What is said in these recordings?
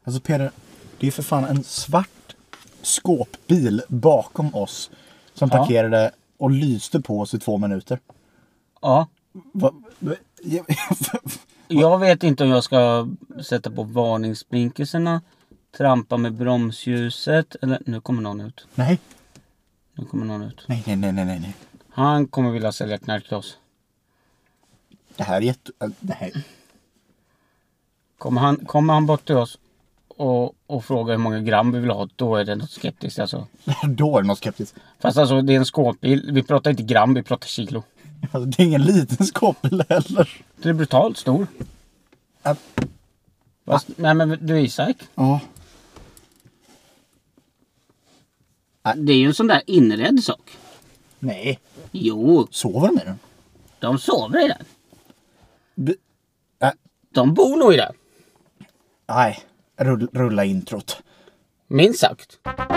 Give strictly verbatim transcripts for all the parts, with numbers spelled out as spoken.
Alltså Peder, det är för fan en svart skåpbil bakom oss som Ja. parkerade och lyste på oss i två minuter. Ja. Va? Va? Jag vet inte om jag ska sätta på varningsblinkerserna, trampa med bromsljuset, eller nu kommer någon ut. Nej. Nu kommer någon ut. Nej, nej, nej, nej, nej. Han kommer vilja sälja knark till oss. Det här är jätte... Det här... Kommer han, kommer han bort till oss och, och frågar hur många gram vi vill ha, då är det något skeptiskt alltså. Då är det något skeptiskt. Fast alltså det är en skåpbil. Vi pratar inte gram, vi pratar kilo. Alltså, det är ingen liten skåpbil heller. Det är brutalt stor. Äh. Fast, nej men du Isak. Ja. Det är ju en sån där inredd sak. Nej. Jo, Sover de i den? de sover i den. B- äh. De bor nog i den. Nej. Rull, rulla introt. Minst sagt.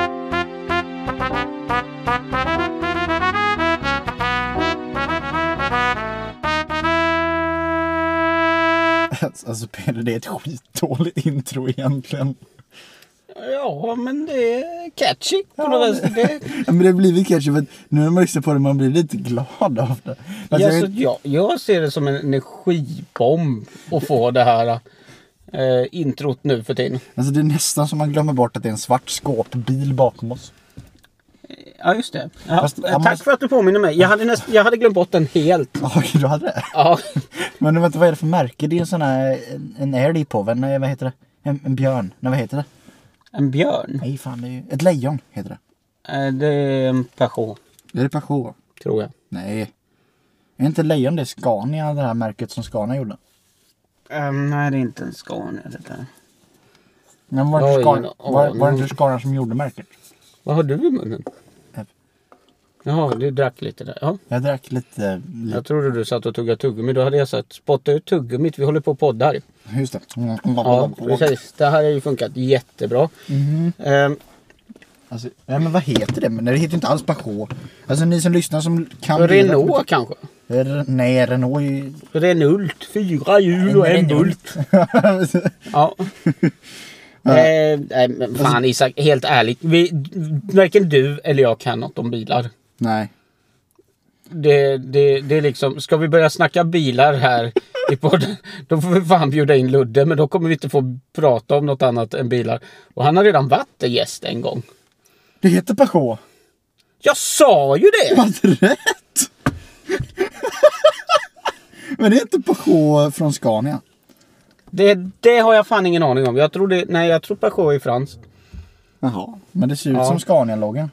Alltså Peder, det är ett skitdåligt intro egentligen. Ja, men det är catchy på Ja, något vänster. Det... Ja, men det blir väl kanske för att nu när man lyssnar på det man blir lite glad av det. Alltså, Ja, jag, så jag, jag ser det som en energibomb att få det här eh, introt nu för tiden. alltså det är nästan som man glömmer bort att det är en svart skåpbil bakom oss. Ja, just det. Ja, Fast, tack ja, man- för att du påminner mig. Jag hade, näst, jag hade glömt bort den helt. Ja, okej, du hade det. Ja. Men vänta, vad är det för märke? Det är en sån här, en, en älg på, vad, nej, vad heter det? En, en björn, nej vad heter det? En björn. Nej fan, det är ju, ett lejon heter det. Eh, Det är en Peugeot, Är det Peugeot? tror jag. Nej. Är inte lejon det är Scania, det här märket som Scania gjorde? Um, nej, det är inte en Scania det där. Men var det inte Oj, Scania, oj, var, var det oj. inte Scania som gjorde märket? Vad har du i munnen? Äpp. Jaha, du drack lite där. Ja. Jag drack lite, lite Jag trodde du satt och tuggade tuggummi. Då hade jag sagt, spotta ut tuggummit. Vi håller på och poddar. just det. Ja, precis. Det här har ju funkat jättebra. Mhm. Ehm, Alltså, nej men vad heter det? Men det heter inte alls Peugeot. Alltså ni som lyssnar som kan... Renault kanske? bilar- Nej, Renault är ju... Renault. Fyra hjul och en bult. Ja. Eh, nej, men fan Isak, helt ärligt. Vi, varken du eller jag kan något om bilar. Nej. Det, det, det är liksom, ska vi börja snacka bilar här i podden, då får vi fan bjuda in Ludde, men då kommer vi inte få prata om något annat än bilar. Och han har redan varit en gäst en gång. Det heter Peugeot. Jag sa ju Du det! hade rätt! Men det heter Peugeot från Scania. det! Det har jag fan ingen aning om. Jag tror det, nej jag tror Peugeot är franskt. Jaha. Men det ser ut Ja. som Scania-loggan.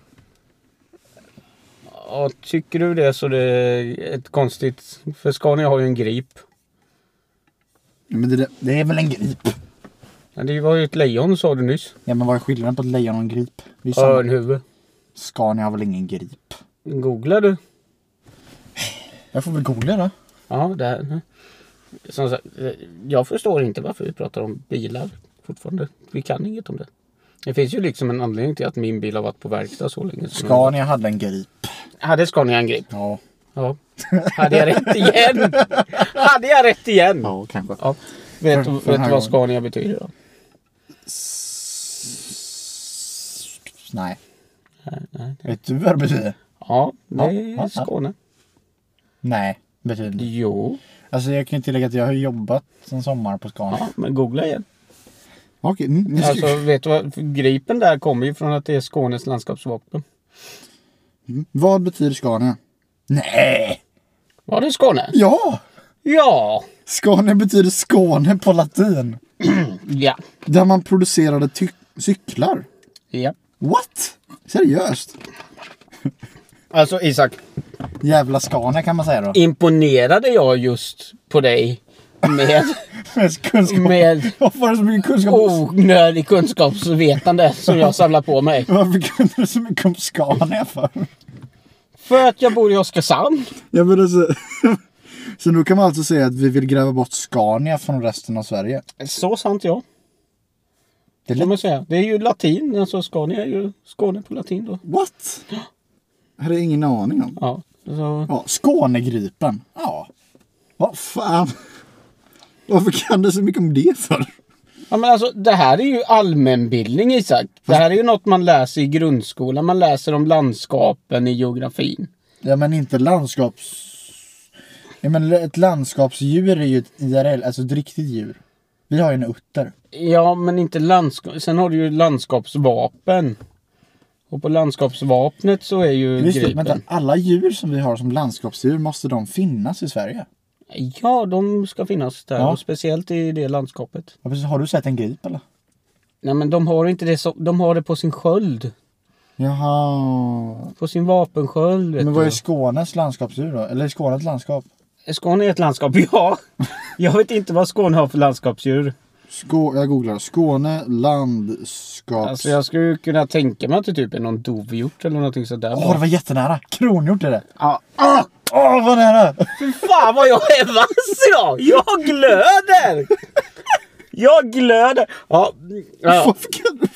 Ja, tycker du det så det är ett konstigt, för Scania har ju en grip. Men det, det är väl en grip? Ja, det var ju ett lejon sa du nyss. Ja, men vad är skillnaden på ett lejon och en grip? Det är samma. Örnhuvud. Scania har väl ingen grip? Googlar du? Jag får väl googla då. Ja, det här. Som sagt, jag förstår inte varför vi pratar om bilar fortfarande. Vi kan inget om det. Det finns ju liksom en anledning till att min bil har varit på verkstad så länge. Scania hade en grip. Hade Scania en grip? Ja. Ja. Hade jag rätt igen? Hade jag rätt igen? Ja, kanske. Ja. Vet, För- du- för vet här du vad gången. Scania betyder då? Nej. Nej, nej. Vet du vad det betyder? Ja, det Ja, är ja, ja. Skåne. Nej, betyder inte. Jo. Alltså jag kan ju tillägga att jag har jobbat en sommar på Scania. Ja, men googla igen. Okej, mm, nu ska... Alltså, vet du vad? Gripen där kommer ju från att det är Skånes landskapsvapen. mm. Vad betyder Scania? Nej! Var det Skåne? Ja! Ja. Scania betyder Skåne på latin. Ja. Där man producerade ty- cyklar. Ja. What? Seriöst? Alltså Isak, Jävla Scania kan man säga då. imponerade jag just på dig med, Med kunskap. med Varför var det så mycket kunskap? onödig kunskapsvetande som jag samlar på mig? Varför kunde du så mycket om Scania för? För att jag bor i Oskarshamn. Ja, men alltså, så nu kan man alltså säga att vi vill gräva bort Scania från resten av Sverige. Så sant ja. Det är Kan lite... man säga. Det är ju latin, alltså Scania är ju Skåne på latin då. What? Det hade jag ingen aning om. Ja. Så... Ja, Skånegripen. Ja. Vad fan? Varför kan du så mycket om det för? Ja, men alltså, det här är ju allmänbildning, Isak. Det här är ju något man läser i grundskolan. Man läser om landskapen i geografin. Ja, men inte landskaps... Ja, men ett landskapsdjur är ju ett I R L, alltså ett riktigt djur. Vi har ju en utter. Ja, men inte landskap. Sen har du ju landskapsvapen. Och på landskapsvapnet så är ju Visst, gripen. vänta, alla djur som vi har som landskapsdjur, måste de finnas i Sverige? Ja, de ska finnas där. Ja. Och speciellt i det landskapet. Ja, precis. Har du sett en grip eller? Nej, men de har inte det så, de har det på sin sköld. Jaha. På sin vapensköld, vet Men vad du. är Skånes landskapsdjur då? Eller är Skåne ett landskap? Skåne är ett landskap, ja. Jag vet inte vad Skåne har för landskapsdjur. Skå... Jag googlar. Skåne landskaps... Alltså jag skulle kunna tänka mig att det typ är någon dovhjort eller någonting sådär. Åh, det var jättenära. Kronhjort är det. Ja. Åh, oh, vad nära. Fy fan vad jag är vass idag! Jag glöder! Jag glöder! Ja. Ja. Varför kan du...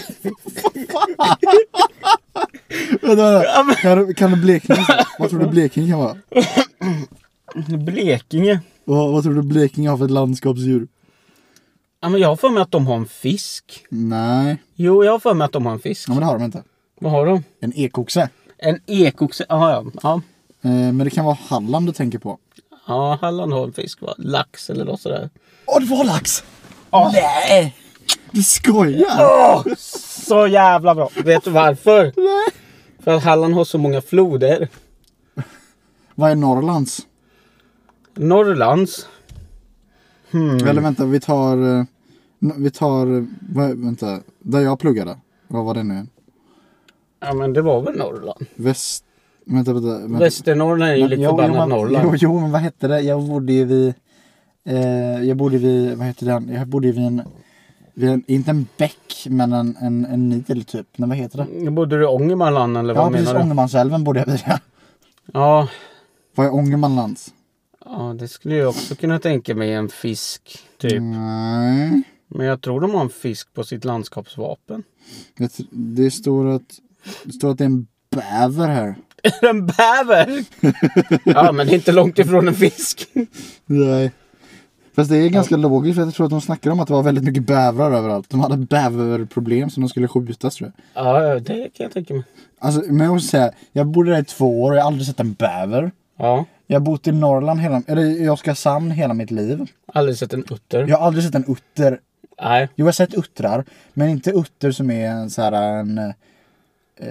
Vänta, vänta. Kan du, kan du Blekinge? Vad tror du Blekinge kan vara? Blekinge. Vad, vad tror du Blekinge har för ett landskapsdjur? Ja, men jag har för mig att de har en fisk. Nej. Jo, jag har för mig att de har en fisk. Ja, men det har de inte. Vad har de? En ekoxe. En ekoxe. Aha, ja, ja. Eh, men det kan vara Halland du tänker på. Ja, Halland har en fisk, va? Lax eller något sådär. Åh, det var lax! Oh. Nej! Du skojar! Oh, så jävla bra. Vet du varför? Nej. För att Halland har så många floder. Vad är Norrlands? Norrlands. Hmm. Eller vänta, vi tar... eh, Vi tar... vad- Vänta, där jag pluggade. Vad var det nu? Ja, men det var väl Norrland. Väst... Vänta, vänta. vänta. Västernorrland är ju Men- lite jo, jo, förbannat men- Norrland. Jo, jo, men vad hette det? Jag bodde ju vid... Eh, jag bodde vid... Vad heter den? Jag bodde vid en... Vid en inte en bäck, men en, en, en nil typ. Men vad heter det? Bodde du i Ångermanland eller vad Ja, precis. menar du? Ångermansälven bodde jag vid. Ja. Ja. Vad är Ångermanlands? Ja, det skulle jag också kunna tänka mig, en fisk typ. Nej. Men jag tror de har en fisk på sitt landskapsvapen. Jag tr- Det står att... Det står att det är en bäver här. En bäver! Ja, men det är inte långt ifrån en fisk. Nej. Fast det är ganska logiskt, för jag tror att de snackar om att det var väldigt mycket bävrar överallt. De hade bäverproblem som de skulle skjutas, tror jag. Ja, det kan jag tänka mig. Alltså, men jag måste säga, jag bodde där i två år och jag har aldrig sett en bäver. Ja, Jag har bott i Norrland hela, eller i Oskarshamn hela mitt liv. aldrig sett en utter. Jag har aldrig sett en utter. Nej. Jo, jag har sett uttrar, men inte utter som är en så här en... Eh,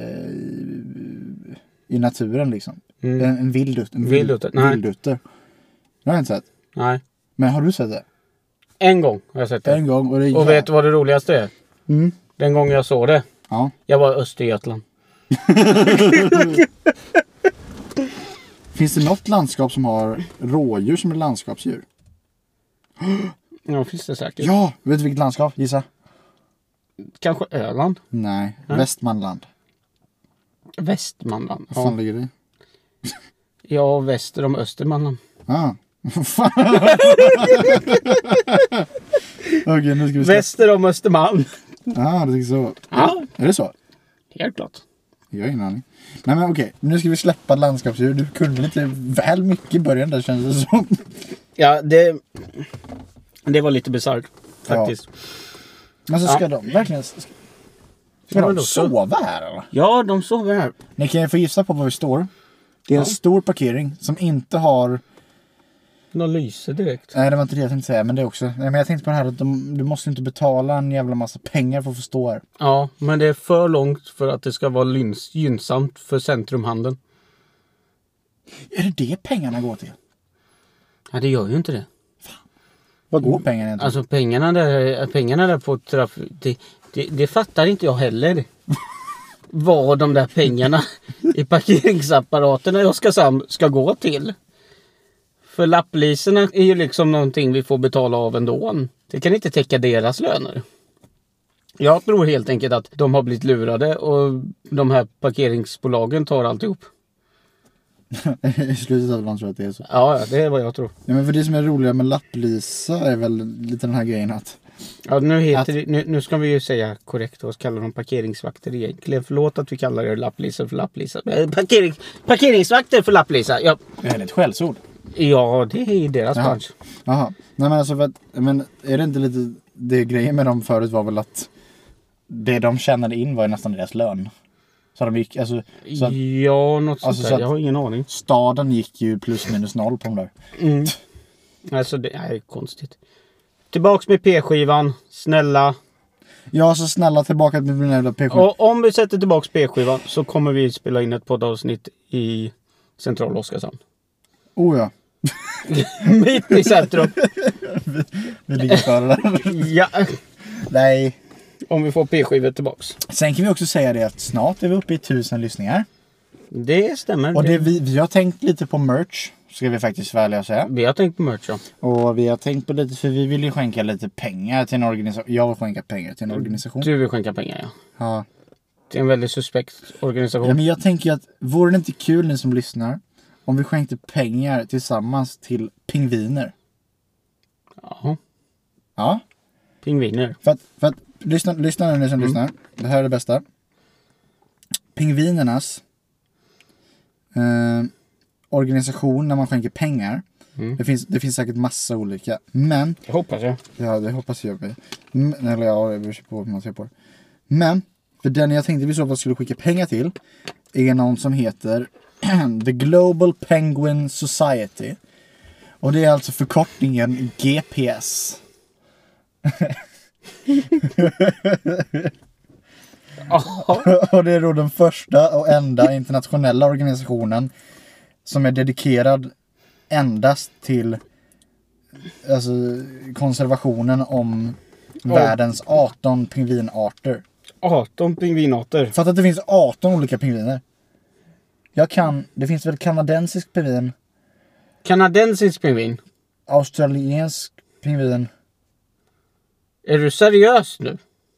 i naturen liksom. Mm. En, en vild utter. En Vild utter, nej. Vild utter. Det har jag inte sett. Nej. Men har du sett det? En gång har jag sett det. En gång. Och, det Och vet du vad det roligaste är? Mm. Den gången jag såg det. Ja. Jag var i Östergötland. Finns det något landskap som har rådjur som är landskapsdjur? Ja, finns det säkert. Ja! Vet du vilket landskap? Gissa. Kanske Öland. Nej. Nej. Västmanland. Västmanland. Var fan Ja. ligger det? Ja, väster om Östermanland. Ah. Okej, nu ska vi släppa. Väster om Östermalm. Ah, det är så. Ja, Är det så? helt klart. Jag har ingen aning. Nej, men okej. Nu ska vi släppa landskapsdjur. Du kunde lite väl mycket i början där, kändes det som. Ja, det, det var lite bisarrt faktiskt. Men så Ja. ska de verkligen... Ska, ska Ja, men de då så. sova här eller? Ja, de sover här. Ni kan ju få gissa på var vi står. Det är en Ja. stor parkering som inte har... De lyser direkt. Nej, det var inte det jag tänkte säga, men det också. Nej, men jag tänkte på det här att de, du måste inte betala en jävla massa pengar för att få stå här. Ja, men det är för långt för att det ska vara lyns, gynnsamt för centrumhandeln. Är det det pengarna går till? Ja, det gör ju inte det. Vad går pengarna egentligen? Alltså pengarna där, pengarna där på trafik, det, det, det fattar inte jag heller. Vad de där pengarna i parkeringsapparaterna i Oskarshamn ska gå till. För lappliserna är ju liksom någonting vi får betala av ändå. Det kan inte täcka deras löner. Jag tror helt enkelt att de har blivit lurade och de här parkeringsbolagen tar alltihop. I slutet av dagen tror jag att det är så. Ja, ja, det är vad jag tror. Ja, men för det som är roligare med lapplisa är väl lite den här grejen att... Ja, nu, heter Att- det, nu, nu ska vi ju säga korrekt och kalla dem parkeringsvakter egentligen. Förlåt att vi kallar er lapplisor för lapplisor. Eh, Parkering, parkeringsvakter för lapplisa. Ja, Det är ett skällsord. ja, det är i deras Jaha. bransch. Jaha. Nej, men alltså för att, men är det inte lite det grejen med dem förut var väl att det de tjänade in var ju nästan deras lön. Så de gick, alltså, så att, ja, något sånt alltså, där. så att Jag har ingen aning. Staden gick ju plus minus noll på dem där. Mm. Alltså det är konstigt. Tillbaks med P-skivan. Snälla. Ja, så snälla tillbaka med min jävla P skiva. Och om vi sätter tillbaks P-skivan så kommer vi spela in ett poddavsnitt i Central Oskarshamn. Oh ja. Mitt i centrum. vi, vi ligger före där. Ja. Nej. Om vi får P-skivor tillbaks. Sen kan vi också säga det att snart är vi uppe i tusen lyssningar. Det stämmer. Och det, vi, vi har tänkt lite på merch. Ska vi faktiskt välja säga. Vi har tänkt på merch, ja. Och vi har tänkt på lite, för vi vill ju skänka lite pengar till en organisation. Jag vill skänka pengar till en organisation. Du vill skänka pengar, ja. Ja. Det är en väldigt suspekt organisation. Ja, men jag tänker att vore det inte kul ni som lyssnar om vi skänkte pengar tillsammans till pingviner? Ja. Ja. Pingviner. För att, för att lyssna, lyssna nu ni som mm. lyssnar. Det här är det bästa. Pingvinernas eh, organisation när man skänker pengar. Mm. Det, finns, det finns säkert massa olika. Men... Det hoppas jag. Ja, det hoppas jag. Men, eller ja, det beror på hur man ser på det. Men, för den jag tänkte vi så fall skulle skicka pengar till är någon som heter The Global Penguin Society. Och det är alltså förkortningen G P S. Och det är då den första och enda internationella organisationen som är dedikerad endast till alltså, konservationen om oh. världens arton pingvinarter. arton pingvinarter? För att det finns arton olika pingviner. Jag kan, det finns väl kanadensisk pingvin. Kanadensisk pingvin? Australiensk pingvin. Är du seriös nu?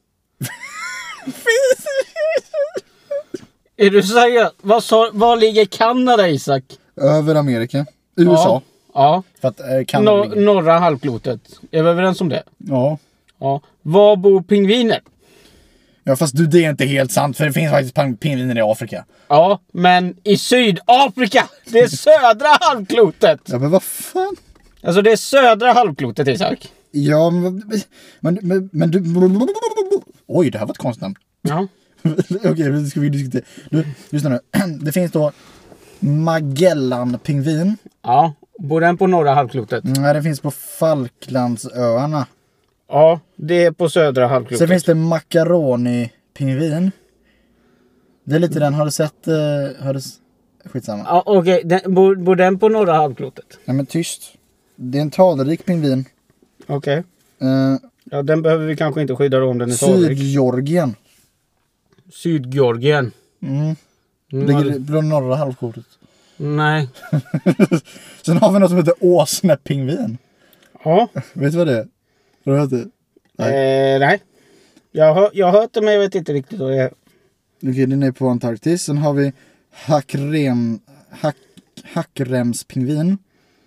Är du seriös? Vad, så, var ligger Kanada, Isak? Över Amerika. U S A. Ja. Ja. För att, eh, Kanada Nor- norra halvklotet. Är vi överens om det? Ja. Ja. Var bor pingviner? Ja, fast du, det är inte helt sant. För det finns faktiskt pingviner i Afrika. Ja, men i Sydafrika. Det är södra halvklotet. Ja, men vad fan? Alltså det är södra halvklotet, Isak. Ja, men... Men, men, men du... Oj, det här var ett konstnamn. Ja. Okej, okay, nu ska vi diskutera. Du, lyssna nu. Det finns då Magellan-pingvin. Ja, bor den på norra halvklotet? Nej, det finns på Falklandsöarna. Ja, det är på södra halvklotet. Sen finns det Macaroni-pingvin. Det är lite den, har du sett... Uh, har du... Skitsamma. Ja, okej. Okay. Bor, bor den på norra halvklotet? Nej, men tyst. Det är en talrik pingvin. Okej. Okay. Uh, ja, den behöver vi kanske inte skydda om den är talrik. Sydgeorgien. Sydgeorgien. Mm. Ligger på norra halvklotet. Nej. Sen har vi något som heter åsnepingvin. Ja. Vet du vad det är? Har du hört det? Nej. Eh, nej. Jag har, jag har hört det, men jag vet inte riktigt vad det är. Okej, den är på Antarktis. Sen har vi hackrem, hack, hackremspingvin.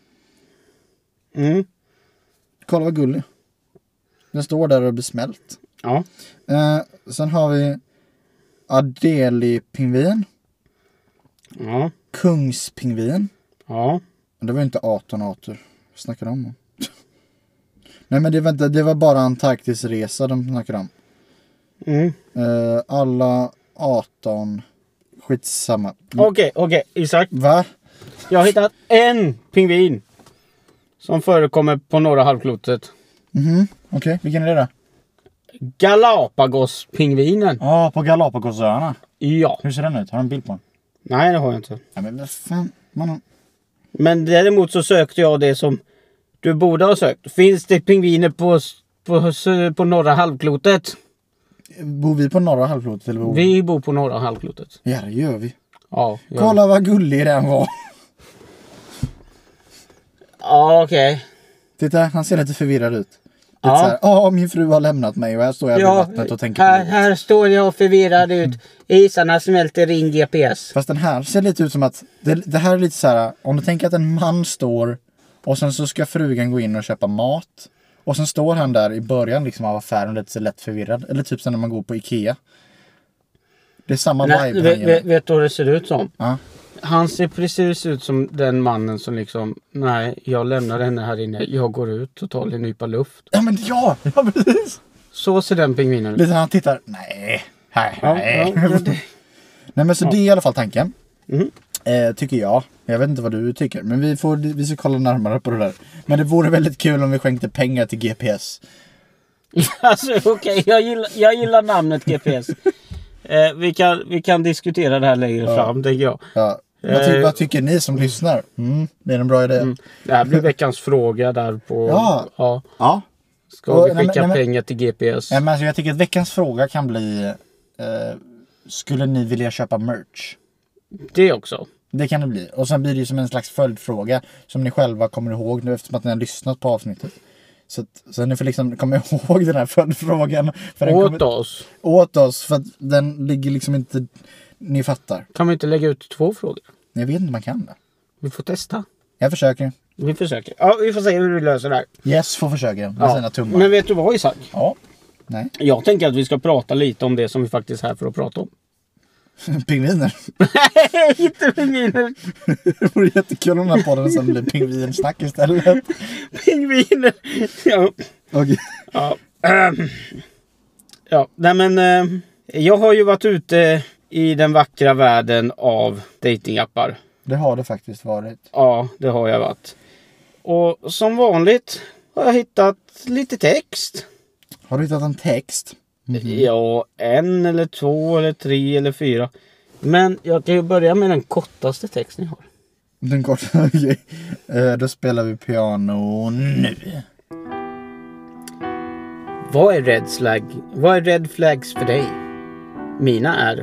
Mm. Kolla vad gullig. Den står där och blir smält. Ja. Eh, sen har vi Adelie-pingvin. Ja. Kungspingvin. Ja. Det var inte arton arter. Vad snackar de om? Nej, men det var, inte, det var bara Antarktisresa de snackade om. Mm. Uh, alla arton. Skitsamma. Okej, okay, okej. Okay. Isak. Va? Jag har hittat en pingvin. Som förekommer på norra halvklotet. Mhm. Okej, okay. Vilken är det då? Galapagos-pingvinen. Ja, ah, på Galapagosöarna. Ja. Hur ser den ut? Har du en bild på den? Nej, det har jag inte. Ja, men vad fan. Man... Men däremot så sökte jag det som du borde ha sökt. Finns det pingviner på, på, på norra halvklotet? Bor vi på norra halvklotet? Eller bor vi? vi bor på norra halvklotet. Ja, det gör vi. Ja, gör kolla vi. Vad gullig den var. Ja, okej. Okay. Titta, han ser lite förvirrad ut. Ja, ja, min fru har lämnat mig och här står jag ja, vid vattnet och tänker här, på här står jag förvirrad ut. Isarna smälter in G P S. Fast den här ser lite ut som att det, det här är lite så här, om du tänker att en man står och sen så ska frugan gå in och köpa mat och sen står han där i början liksom av affären lite så lätt förvirrad, eller typ som när man går på Ikea. Det är samma Nej, vibe. vet, vet, vet du vad det ser ut som? Ja. Han ser precis ut som den mannen som liksom, nej, jag lämnar henne här inne. Jag går ut och tar en nypa luft. Ja, men ja, ja precis. Så ser den pingvinen ut. Lite när han tittar, nej, nej, Ja, nej. ja, ja, det- Nej, men så Ja. det är i alla fall tanken. Mhm. Eh, tycker jag. Jag vet inte vad du tycker. Men vi, får, vi ska kolla närmare på det där. Men det vore väldigt kul om vi skänkte pengar till G P S. Alltså okej, okay, jag, gillar, jag gillar namnet G P S. Eh, vi, kan, vi kan diskutera det här längre Ja. fram, tänker jag. Ja. Vad, ty- Eh. vad tycker ni som lyssnar? Mm, det är en bra idé. Mm. Det här blir veckans fråga där på... Ja. ja. Ja. Ska Och- vi nej, skicka men- nej, men- pengar till G P S? Ja, men alltså, jag tycker att veckans fråga kan bli... Eh, skulle ni vilja köpa merch? Det också. Det kan det bli. Och sen blir det ju som en slags följdfråga som ni själva kommer ihåg nu eftersom att ni har lyssnat på avsnittet. Så, att, så ni får liksom komma ihåg den här följdfrågan. För den Åt kommer, oss. åt oss. För att den ligger liksom inte... Ni fattar. Kan vi inte lägga ut två frågor? Jag vet inte om man kan det. Vi får testa. Jag försöker. Vi försöker. Ja, vi får se hur vi löser det här. Yes får försöka med sina tummar. Men vet du vad, Isak? Ja. Nej. Jag tänker att vi ska prata lite om det som vi faktiskt är här för att prata om. Pingviner. Nej, inte pingviner. Det vore jättekul om den här podden sen blir pingvinsnack istället. Pingviner. Ja. Okej. Ja. Ehm. Ja, nej men. eh, Jag har ju varit ute i den vackra världen av datingappar. Det har det faktiskt varit. Ja, det har jag varit. Och som vanligt har jag hittat lite text. Har du hittat en text? Ja, en eller två eller tre eller fyra. Men jag kan ju börja med den kortaste texten jag har. Den korta, okej. Eh, Då spelar vi piano nu. Vad är red flag? Vad är red flags för dig? Mina är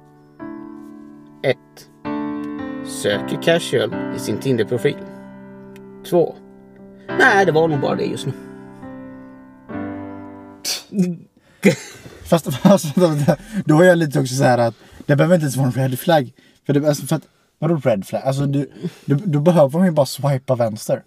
ett. Söker casual i sin Tinder-profil. två. Nej, det var nog bara det just nu. Fast, fast då är jag lite också så här att det behöver inte ens vara en red flag. För, det, alltså, för att, vadå red flag? Alltså du, du, du behöver man ju bara swipa vänster.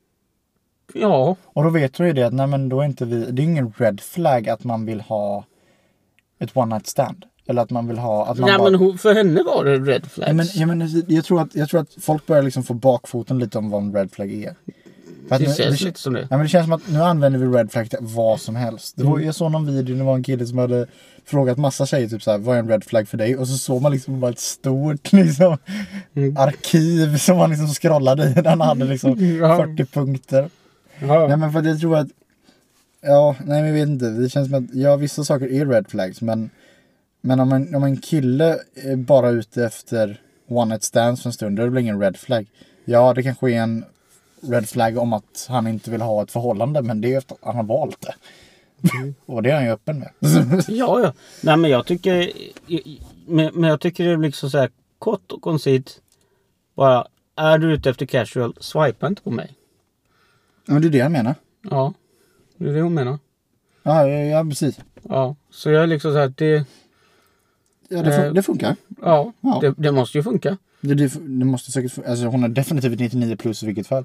Ja, Och då vet du ju det att nej men då är inte vi, det är ingen red flag att man vill ha ett one night stand. Eller att man vill ha, att man nej, bara... men hon, för henne var det red flags. Ja, men, ja, men, jag, tror att, jag tror att folk börjar liksom få bakfoten lite om vad en red flag är. För att det nu, känns det, lite som det. ja, men det känns som att nu använder vi red flag till vad som helst. Det var, Mm. jag såg någon video, det var en kille som hade frågat massa tjejer typ såhär, vad är en red flag för dig? Och så såg man liksom bara ett stort liksom, Mm. arkiv som man liksom scrollade i. Den hade liksom Ja. fyrtio punkter. Ja. Nej men för att jag tror att, ja, nej men jag vet inte. Det känns som att, ja vissa saker är red flags men, men om en, om en kille är bara ute efter one night stands för en stund, då är det väl ingen red flag. Ja, det kanske är en red flag om att han inte vill ha ett förhållande, men det är ju efter att han har valt det. Mm. Och det är han ju öppen med. Ja, ja. Nej, men jag tycker... Men, men jag tycker det är liksom så här kort och koncist. Bara, är du ute efter casual, swipa inte på mig. Men det är det jag menar. Ja, det är det hon menar. Ja, ja, ja precis. Ja, så jag är liksom så här, det... Ja, det, fun- Eh. det funkar. Ja, Ja. Det, det måste ju funka. Det, det, det måste säkert, fun- alltså hon har definitivt nittionio plus i vilket fall.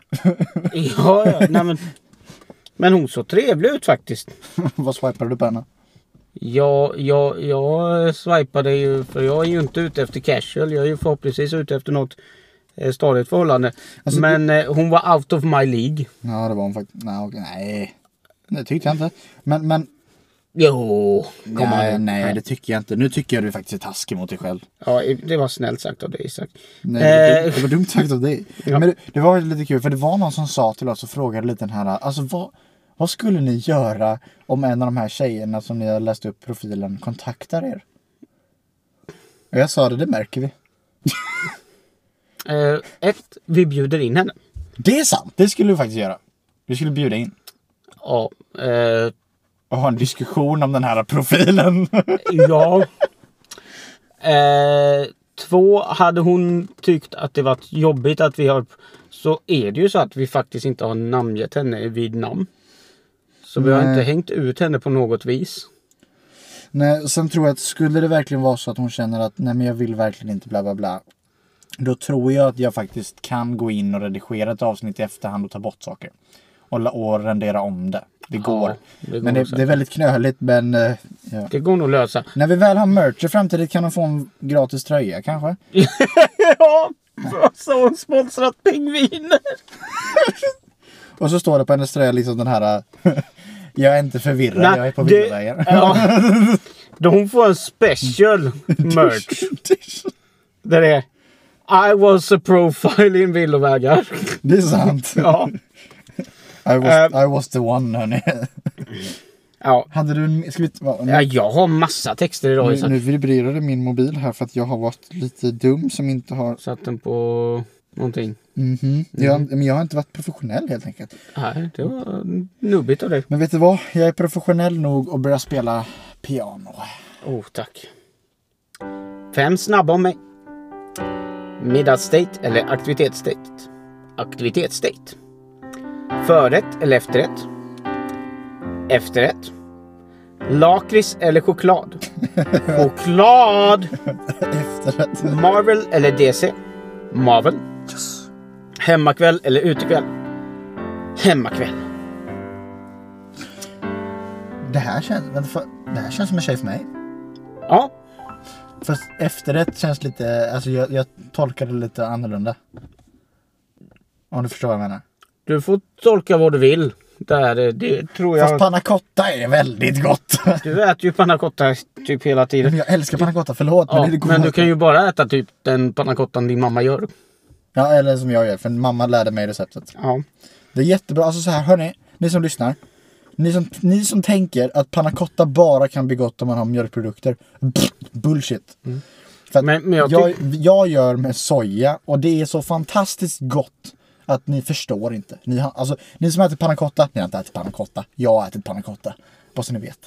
Ja, ja. Nej, men, men hon såg trevlig ut faktiskt. Vad swipar du på henne? Ja, jag, jag swipade ju, för jag är ju inte ute efter casual. Jag är ju förhoppningsvis ute efter något eh, stadigt förhållande. Alltså, men eh, hon var out of my league. Ja, det var hon faktiskt. Nej, okej, nej. Det tyckte jag inte. Men, men Jo, kom nej, igen. nej, det tycker jag inte. Nu tycker jag du faktiskt är taskig mot dig själv. Ja, det var snällt sagt av dig, Isak. Nej, det, var Eh. dumt, det var dumt sagt av dig. Ja. Men det, det var lite kul, för det var någon som sa till oss och frågade lite den här, alltså vad, vad skulle ni göra om en av de här tjejerna som ni har läst upp profilen kontaktar er? Och jag sa det, det märker vi. Eh, ett, vi bjuder in henne. Det är sant, det skulle vi faktiskt göra. Vi skulle bjuda in Ja, eh, och ha en diskussion om den här profilen. ja. Eh, två, hade hon tyckt att det var jobbigt att vi har, så är det ju så att vi faktiskt inte har namngett henne vid namn. Så vi har Nej. inte hängt ut henne på något vis. Nej, sen tror jag att skulle det verkligen vara så att hon känner att nej men jag vill verkligen inte bla bla bla. Då tror jag att jag faktiskt kan gå in och redigera ett avsnitt i efterhand och ta bort saker. Och, la- och rendera om det. Det går. Ja, det går men det, det är väldigt knöligt, men... Uh, ja. Det går nog lösa. När vi väl har merch i framtiden kan de få en gratis tröja, kanske? Ja, så hon sponsrat pingviner. Och så står det på hennes tröja liksom den här... jag är inte förvirrad, Nej, jag är på villovägar. Ja, då hon får en special merch. Där det är I was a profile in villovägar. Det är sant. Ja. I was, uh, I was the one, hörni. Ja. Hade du en... Ska vi, va, ja, jag har massa texter idag. Nu, nu vibrerade min mobil här för att jag har varit lite dum som inte har... Satt den på någonting. Mhm. Mm jag, men jag har inte varit professionell helt enkelt. Nej, det var nubbigt av dig. Men vet du vad? Jag är professionell nog att börja spela piano. Oh, tack. Fem snabba om mig. Middagsstate eller aktivitetsstate? Aktivitetsstate. Förrätt eller efterrätt? Efterrätt. Lakrits eller choklad? Choklad! Efterrätt. Marvel eller D C? Marvel. Yes. Hemmakväll eller utekväll? Hemmakväll. Det här känns, det här känns som en tjej för mig. Ja. Fast efterrätt känns lite, alltså jag, jag tolkar det lite annorlunda. Om du förstår vad jag menar. Du får tolka vad du vill. Där, det tror jag... Fast panna cotta är väldigt gott. Du äter ju panna cotta typ hela tiden. Men jag älskar panna cotta, förlåt. Ja, men, det men du kan ju bara äta typ den panna cottan din mamma gör. Ja, eller som jag gör, för mamma lärde mig receptet. Ja. Det är jättebra, alltså så här, hörni, ni som lyssnar. Ni som, ni som tänker att panna cotta bara kan bli gott om man har mjölkprodukter. Pff, bullshit. Mm. För att men, men jag, jag, jag gör med soja och det är så fantastiskt gott att ni förstår inte. Ni, har, alltså, ni som äter panna cotta, ni har inte ätit panna cotta. Jag har ätit panna cotta. Bara så ni vet.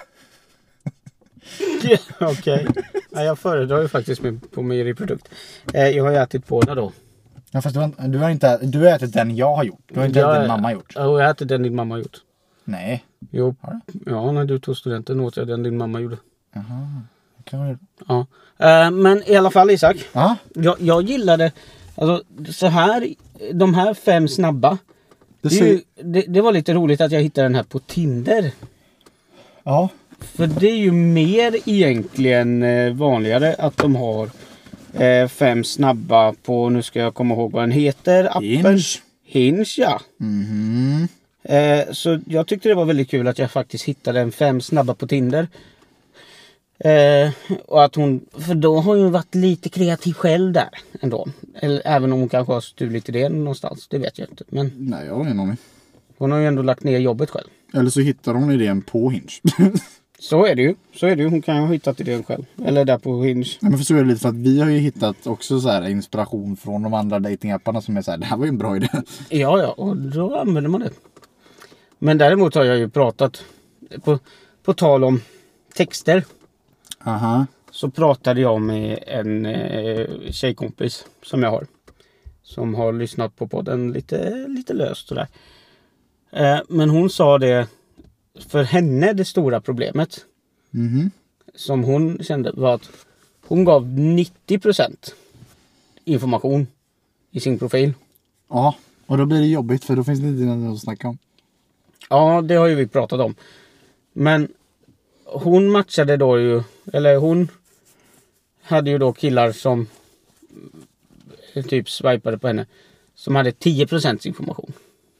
Okej. Okay. Ja, jag föredrar ju faktiskt med, på mejeriprodukt. Eh, jag har ju ätit båda då. Ja, fast du har, du har inte du har ätit den jag har gjort. Du har inte jag, ätit den mamma har gjort. Ja, jag har ätit den din mamma har gjort. Nej. Jo. Ja, när du tog studenten åt jag den din mamma gjorde. Jaha. Okay. Ja. Eh, men i alla fall, Isak. Ja. Jag, jag gillade alltså, så här, de här fem snabba. Det, det, ju, det, det var lite roligt att jag hittade den här på Tinder. Ja. För det är ju mer egentligen eh, vanligare att de har eh, fem snabba på, nu ska jag komma ihåg vad den heter. Appen. Hinge. Hinge, ja. Mhm. Eh, så jag tyckte det var väldigt kul att jag faktiskt hittade en fem snabba på Tinder. Eh, och att hon, för då har hon varit lite kreativ själv där ändå. Eller, även om hon kanske har stulit idén någonstans, det vet jag inte. Men nej, jag har ingen aning. Hon har ju ändå lagt ner jobbet själv. Eller så hittar hon idén på Hinge. Så är det ju. Så är det ju. Hon kan ju ha hittat idén själv. Eller där på Hinge. Nej, men för så är det lite för att vi har ju hittat också så här inspiration från de andra datingapparna som är så här, det här var ju en bra idé. Ja, ja. Och då använder man det. Men däremot har jag ju pratat på, på tal om texter. Aha. Så pratade jag med en eh, tjejkompis som jag har. Som har lyssnat på podden lite, lite löst sådär. Eh, men hon sa det, för henne det stora problemet. Mhm. Som hon kände var att hon gav nittio procent information i sin profil. Ja, och då blir det jobbigt för då finns det inte något att snacka om. Ja, det har ju vi pratat om. Men hon matchade då ju, eller hon hade ju då killar som typ swipade på henne. Som hade tio procent information.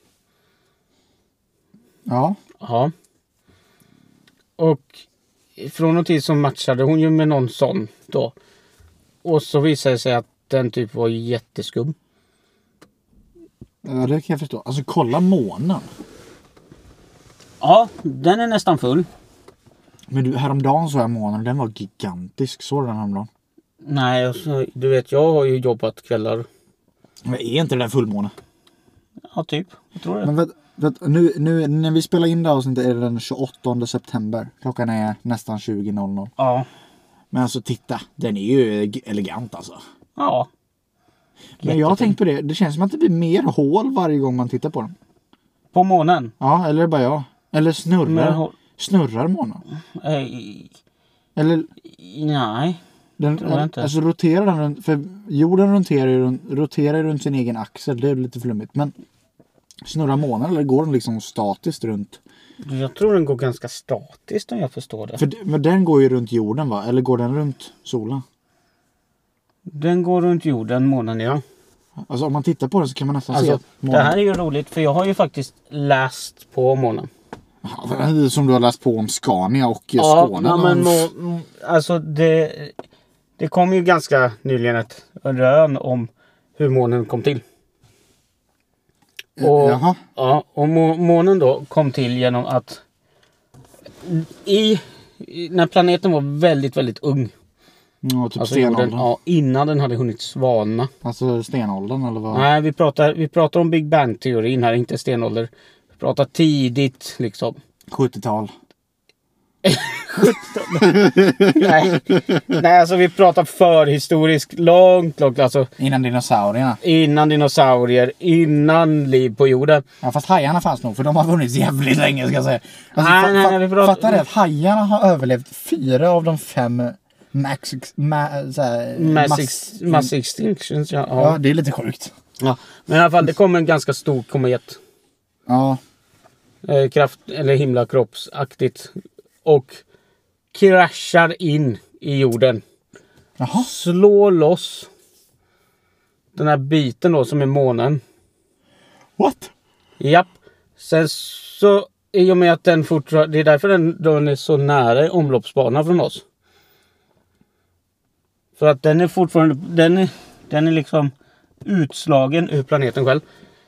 Ja. Ja. Och från och till så matchade hon ju med någon sån då. Och så visade det sig att den typ var jätteskum. Ja, det kan jag förstå. Alltså kolla månen. Ja, den är nästan full. Men du, häromdagen så här månen, den var gigantisk. Så den häromdagen. Nej, alltså, du vet, jag har ju jobbat kvällar. Men är inte det där fullmåne? Ja, typ. Jag tror det. Men vet, vet, nu, nu när vi spelar in det här avsnittet är det den tjugoåttonde september. Klockan är nästan tjugo noll noll. Ja. Men alltså titta, den är ju elegant alltså. Ja. Men jag har tänkt på det, det känns som att det blir mer hål varje gång man tittar på den. På månen? Ja, eller bara jag. Eller snurrar. Men, snurrar månen. äh, Eller... Nej. Den, tror jag inte. Alltså roterar den runt, för jorden roterar ju roterar runt sin egen axel, det är lite flummigt. Men snurrar månen eller går den liksom statiskt runt Jag tror den går ganska statiskt om jag förstår det. För, men den går ju runt jorden va? Eller går den runt solen? Den går runt jorden, månen, ja. Alltså om man tittar på den så kan man nästan Alltså, se månen. det här är ju roligt för jag har ju faktiskt läst på månen. Ja, som du har läst på om Scania och Ja, Skåne. ja men må, alltså det, det kom ju ganska nyligen ett rön om hur månen kom till. Och, Jaha. ja, och må, månen då kom till genom att i, i när planeten var väldigt, väldigt ung. Ja, typ Alltså, stenåldern. jorden, ja, innan den hade hunnit svalna. Alltså stenåldern eller vad? Nej, vi pratar, vi pratar om Big Bang-teorin här, inte stenålder. Vi pratar tidigt liksom. sjuttiotal. Nej, nej alltså vi pratar förhistoriskt långt, långt. Alltså Innan dinosaurierna. innan dinosaurier, innan liv på jorden. Ja fast hajarna fanns nog för de har funnits jävligt länge ska jag säga. Alltså, Nej, fa- nej, fa- nej, vi pratar- Fattar det att hajarna har överlevt fyra av de fem max... Ma, såhär, Mass, ex, mass extinctions, ja. Ja Ja. det är lite sjukt. ja. Men i alla fall, det kom en ganska stor komet. Ja. Eh, kraft, eller himlakroppsaktigt. Och kraschar in i jorden. Jaha. Slår loss den här biten då som är månen. What? Japp. Sen så, i och med att den fortfarande, det är därför den, den är så nära omloppsbanan från oss. För att den är fortfarande, den är, den är liksom utslagen ur planeten själv.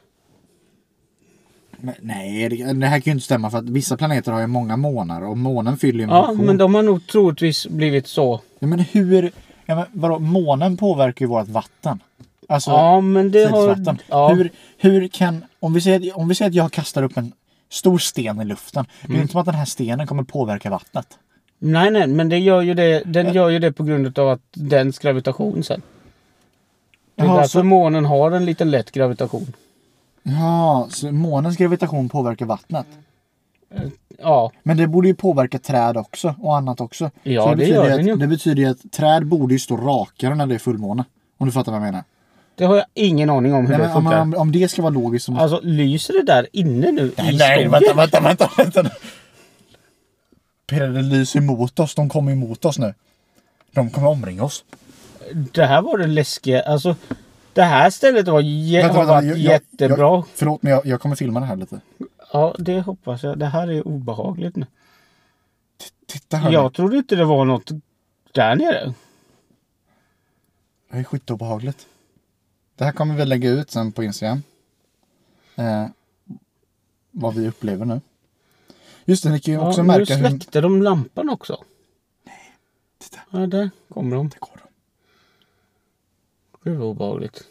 Men, nej det, det här kan ju inte stämma för att vissa planeter har ju många månar och månen fyller ju en Ja, funktion. men de har nog troligtvis blivit så. Ja, men hur... Ja, men vadå? Månen påverkar ju vårt vatten. Alltså, Ja, men det har... tidsvatten. Ja. Hur, hur kan... Om vi, säger, om vi säger att jag kastar upp en stor sten i luften. Det är Mm. ju inte som att den här stenen kommer påverka vattnet. Nej, nej, men det gör ju det, den gör ju det på grund av att dens gravitation sen. Det är Jaha, därför så- månen har en liten lätt gravitation. Ja, så månens gravitation påverkar vattnet. Ja, Men det borde ju påverka träd också och annat också. Ja, så det betyder gör ju den ju. att, det betyder ju att träd borde ju stå rakare när det är fullmåne. Om du fattar vad jag menar. det har jag ingen aning om hur Nej, det men, om, funkar. om, om det ska vara logiskt så måste... Alltså, lyser det där inne nu i Nej, skogen? vänta, vänta, vänta, vänta. Peder, det lyser emot oss. De kommer emot oss nu. De kommer omringa oss. Det här var det läskiga. Alltså, det här stället var jä- Vänta, har vänta, varit jag- jag- jättebra. Jag, förlåt, men jag, jag kommer filma det här lite. Ja, det hoppas jag. Det här är obehagligt nu. Titta här nu. Jag trodde inte det var något där nere. Det är skitobehagligt. Det här kommer vi lägga ut sen på Instagram. Eh, vad vi upplever nu. Just det, ni kan ju också Ja, nu märka hur... släckte de lampan också. Titta, Ja, där kommer de. det går de. Gud vad obehagligt.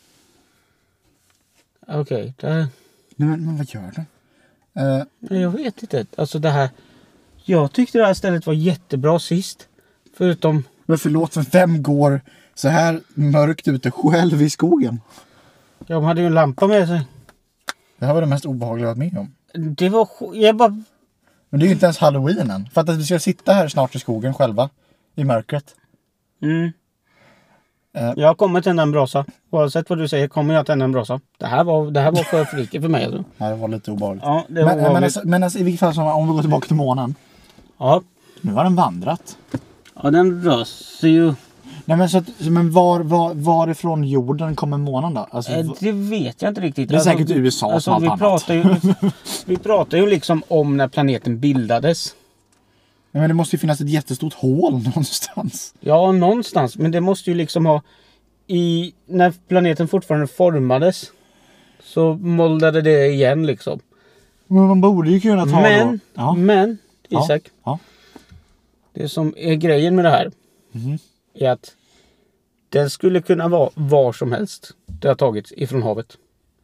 Okej, där. Nej, men, men vad gör det? Eh, Nej, jag vet inte. Alltså det här. Jag tyckte det här stället var jättebra sist. Förutom. men förlåt, för vem går så här mörkt ute själv i skogen? Jag hade ju en lampa med sig. Det här var det mest obehagliga jag varit med om. Det var. Jag bara. Men det är ju inte ens halloween än. För att vi ska sitta här snart i skogen själva. I mörkret. Mm. Eh. Jag kommer tända en brasa. Oavsett vad du säger kommer jag tända en brasa. Det här var, det här var för friket för mig. Alltså. Nej, det var lite obehagligt. Ja, det var men, men, obehagligt. alltså, men alltså, i vilket fall som, om vi går tillbaka till månen. Ja. Nu har den vandrat. Ja, den rör sig ju. Nej men, så att, men var, var, varifrån jorden kommer månen då? Alltså, Eh, Det vet jag inte riktigt. Det är säkert U S A alltså, som allt vi annat. pratar ju, vi pratar ju liksom om när planeten bildades. nej, men det måste ju finnas ett jättestort hål någonstans. Ja, någonstans. Men det måste ju liksom ha... I, när planeten fortfarande formades så moldade det igen liksom. Men man borde ju kunna ta Men, då. Ja. men Isak. Ja. Det som är grejen med det här Mhm. är att den skulle kunna vara var som helst. Det har tagits ifrån havet.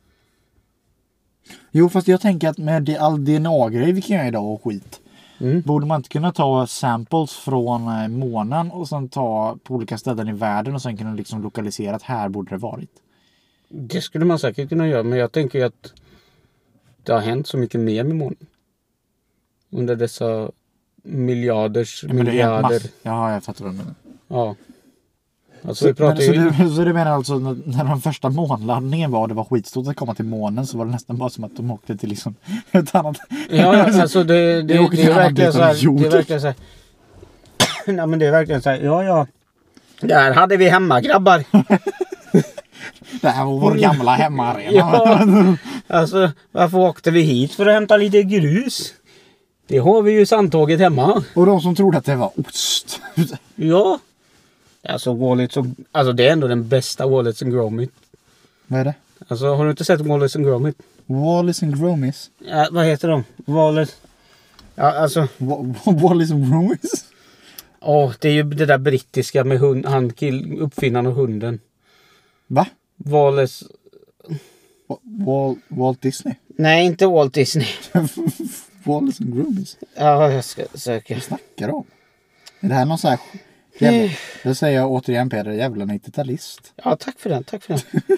Jo fast jag tänker att med det, all D N A-grejer vi kan göra idag och skit. Mm. Borde man inte kunna ta samples från eh, månen och sen ta på olika ställen i världen och sen kunna liksom lokalisera att här borde det varit. Det skulle man säkert kunna göra, men jag tänker ju att det har hänt så mycket mer med månen. Under dessa miljarders Ja, men det är helt miljarder. mass- ja, jag fattar vad du menar. Ja. Alltså, vi pratar men, så, ju... du, så du menar alltså när, när den första månlandningen var och det var skitstort att komma till månen, så var det nästan bara som att de åkte till liksom ett annat... Ja, ja alltså det, det, det, det är verkligen så här... jord. Det är verkligen så här... Nej, men det är verkligen så här... Ja, ja. Där hade vi hemma, grabbar. Det här var vår gamla hemmaarena. Ja, alltså varför åkte vi hit för att hämta lite grus? Det har vi ju sandtåget hemma. Och de som trodde att det var ost. Ja. Alltså, Wallace och, alltså det är ändå den bästa Wallace and Gromit. Vad är det? Alltså har du inte sett Wallace and Gromit? Wallace and Gromit? Ja, vad heter de? Wallace... Ja, alltså... Wa- Wallace and Gromit? Åh, oh, det är ju det där brittiska med hund, han kill, uppfinnaren och hunden. Va? Wallace... Walt, Walt Disney? Nej, inte Walt Disney. Wallace and Gromit? Ja, jag ska söka. Vad snackar du om? Är det här någon sån här... Jävla, det säger jag återigen, Peder, jävla nittiotalist. Ja, tack för den, tack för den.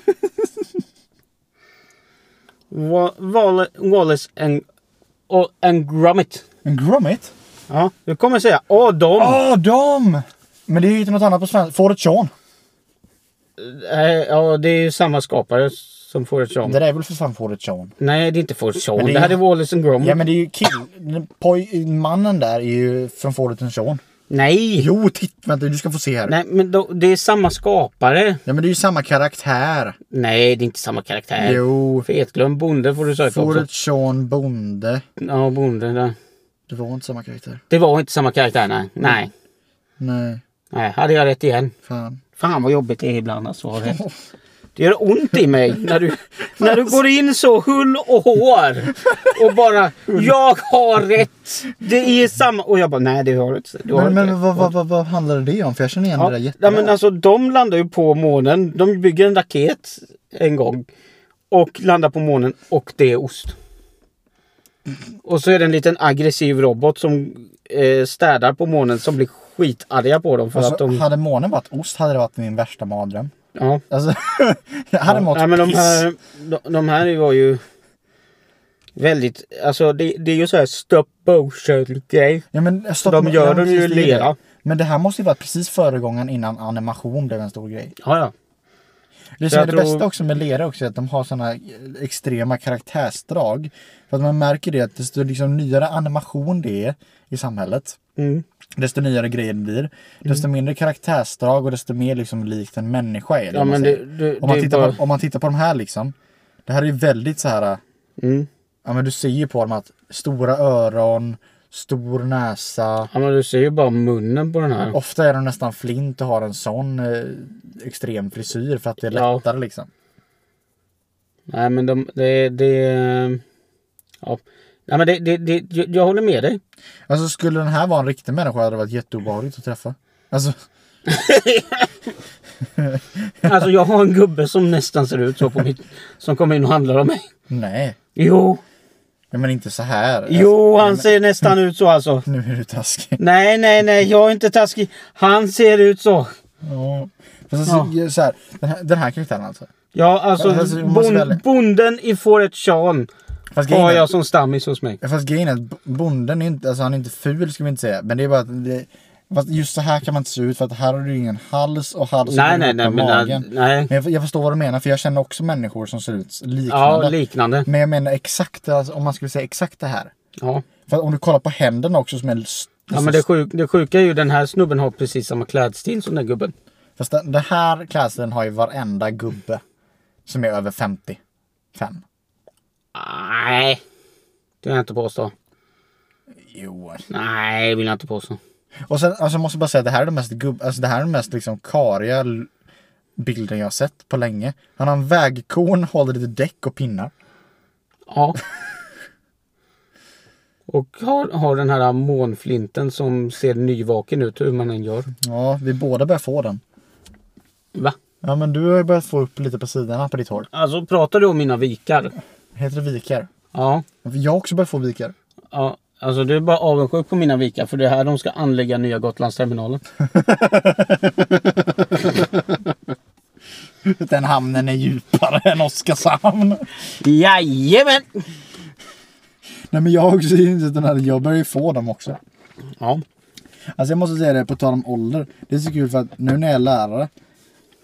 Wa- Wall- Wallace and, och, and Gromit. En Gromit? Ja, du kommer säga, åh de! Åh, oh, de! Men det är ju inte något annat på svenska. Fåret Sean. Äh, ja, det är ju samma skapare som Fåret Sean. Det där är väl för fan Fåret Sean? Nej, det är inte Fåret Sean. Men Det, det är- här är Wallace and Gromit. Ja, men det är ju kill... Poj, mannen där är ju från Fåret and Sean. Nej! Jo, titta, vänta, du ska få se här. Nej, men då, det är samma skapare. Ja, men det är ju samma karaktär. Nej, det är inte samma karaktär. Jo. Fetglöm bonde får du söka Fåret också. Sean Bonde. Ja, bonde där. Det var inte samma karaktär. Det var inte samma karaktär, nej. Nej. Nej, Nej, hade jag rätt igen. fan. Fan vad jobbigt det är ibland alltså. Har rätt. Det gör ont i mig när du, när du går in så hull och hår och bara jag har rätt. Det är samma. Och jag bara nej det har du inte. Du har Men, inte men rätt. vad, vad, vad, vad handlar det om? För jag känner igen Ja, det där ja, jättebra. men alltså de landar ju på månen. De bygger en raket en gång. Och landar på månen och det är ost. Och så är det en liten aggressiv robot som eh, städar på månen som blir skitarga på dem. För alltså, att de... hade månen varit ost hade det varit min värsta mardröm. Ja. Alltså, jag hade mått ja, men de piss. här, de, de här var ju väldigt, alltså det, det är ju så här stop motion grej. Ja, men stopp, De gör ja, dem ju i precis, det är lera. det. Men det här måste ju vara precis föregången innan animation blev en stor grej. Ja, ja. Det Så som är jag det tror- bästa också med lera också är att de har sådana extrema karaktärsdrag. För att man märker det att desto liksom nyare animation det är i samhället, Mm. desto nyare grejer det blir. Desto mindre karaktärsdrag och desto mer liksom likt en människa är det. Ja, om man men säger. det, det, om, man det är tittar bara... på, om man tittar på de här liksom. Det här är ju väldigt så här. Mm. Ja, men du ser ju på dem att stora öron, stor näsa. Ja, men du ser ju bara munnen på den här. Ofta är de nästan flint och har en sån eh, extrem frisyr för att det är Ja. lättare liksom. Nej, men de, det, det, ja. Nej, men det, det, det, jag, jag håller med dig. Alltså skulle den här vara en riktig människa hade det varit jätteobehagligt att träffa. Alltså, Alltså jag har en gubbe som nästan ser ut så på mitt, som kommer in och handlar om mig. nej. Jo, Ja, men inte så här. jo han alltså, ser nästan ut så alltså. Nu är du taskig. Nej, nej, nej, jag är inte taskig. Han ser ut så. Ja. Fast alltså, så här, den, här, den här karaktären alltså. Ja, alltså, Alltså, du måste bon, välja. bonden i Fåret Sean Fast har grejen är, jag som stammis hos mig. fast grejen är att b- bonden är inte, alltså han är inte ful ska vi inte säga. Men det är bara att det, fast just så här kan man inte se ut för att här har du ingen hals och hals Nej, och nej, nej, men magen. nej. Men jag, jag förstår vad du menar för jag känner också människor som ser ut liknande. Ja, liknande. Men jag menar exakt, alltså, om man skulle säga exakt det här. Ja. För att om du kollar på händerna också som är... s- Ja, men det, sjuk, det sjuka är ju den här snubben har precis samma klädstil som den gubben. Fast den, den här klädseln har ju varenda gubbe som är över femtiofem. Nej, det vill jag inte påstå. Jo. Nej, det vill jag inte påstå. Och sen alltså, måste jag bara säga att det här är den mest gubb, alltså det här är den mest liksom kariga l- bilden jag har sett på länge. Han har en vägkon, håller lite däck och pinnar. Ja. Och har, har den här månflinten som ser nyvaken ut hur man än gör. Ja, vi båda börjar få den. Va? Ja, men du har ju börjat få upp lite på sidorna på ditt hår. Alltså pratar du om mina vikar? Heter det vikar? Ja. Jag har också börjat få vikar. Ja. Alltså du är bara avundsjuk på mina vikar för det är här de ska anlägga nya Gotlandsterminalen. Den hamnen är djupare än Oskarshamn. Jajamän! Nej, men jag har också insett den här, jag börjar ju få dem också. Ja. Alltså jag måste säga det på tal om ålder. Det är så kul för att nu när jag är lärare,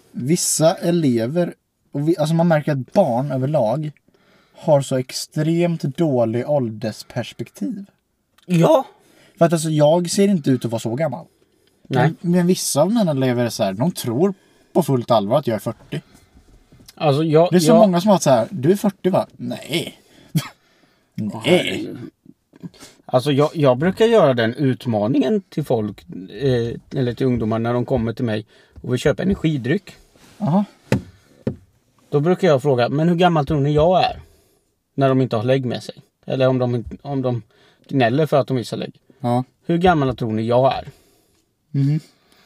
vissa elever, och vi, alltså man märker att barn överlag har så extremt dålig åldersperspektiv. Ja. För att alltså jag ser inte ut att vara så gammal. Nej. Men, men vissa av mina elever är så här, de tror på fullt allvar att jag är fyrtio. Alltså jag, Det är så jag, många som har varit så här, du är fyrtio va? Nej. Nej. Alltså jag, jag brukar göra den utmaningen till folk, eh, eller till ungdomar när de kommer till mig och vill köpa energidryck. Aha. Då brukar jag fråga, men hur gammal tror ni jag är? När de inte har lägg med sig. Eller om de, om de gnäller för att de visar lägg. Ja. Hur gammal tror ni jag är? Mhm.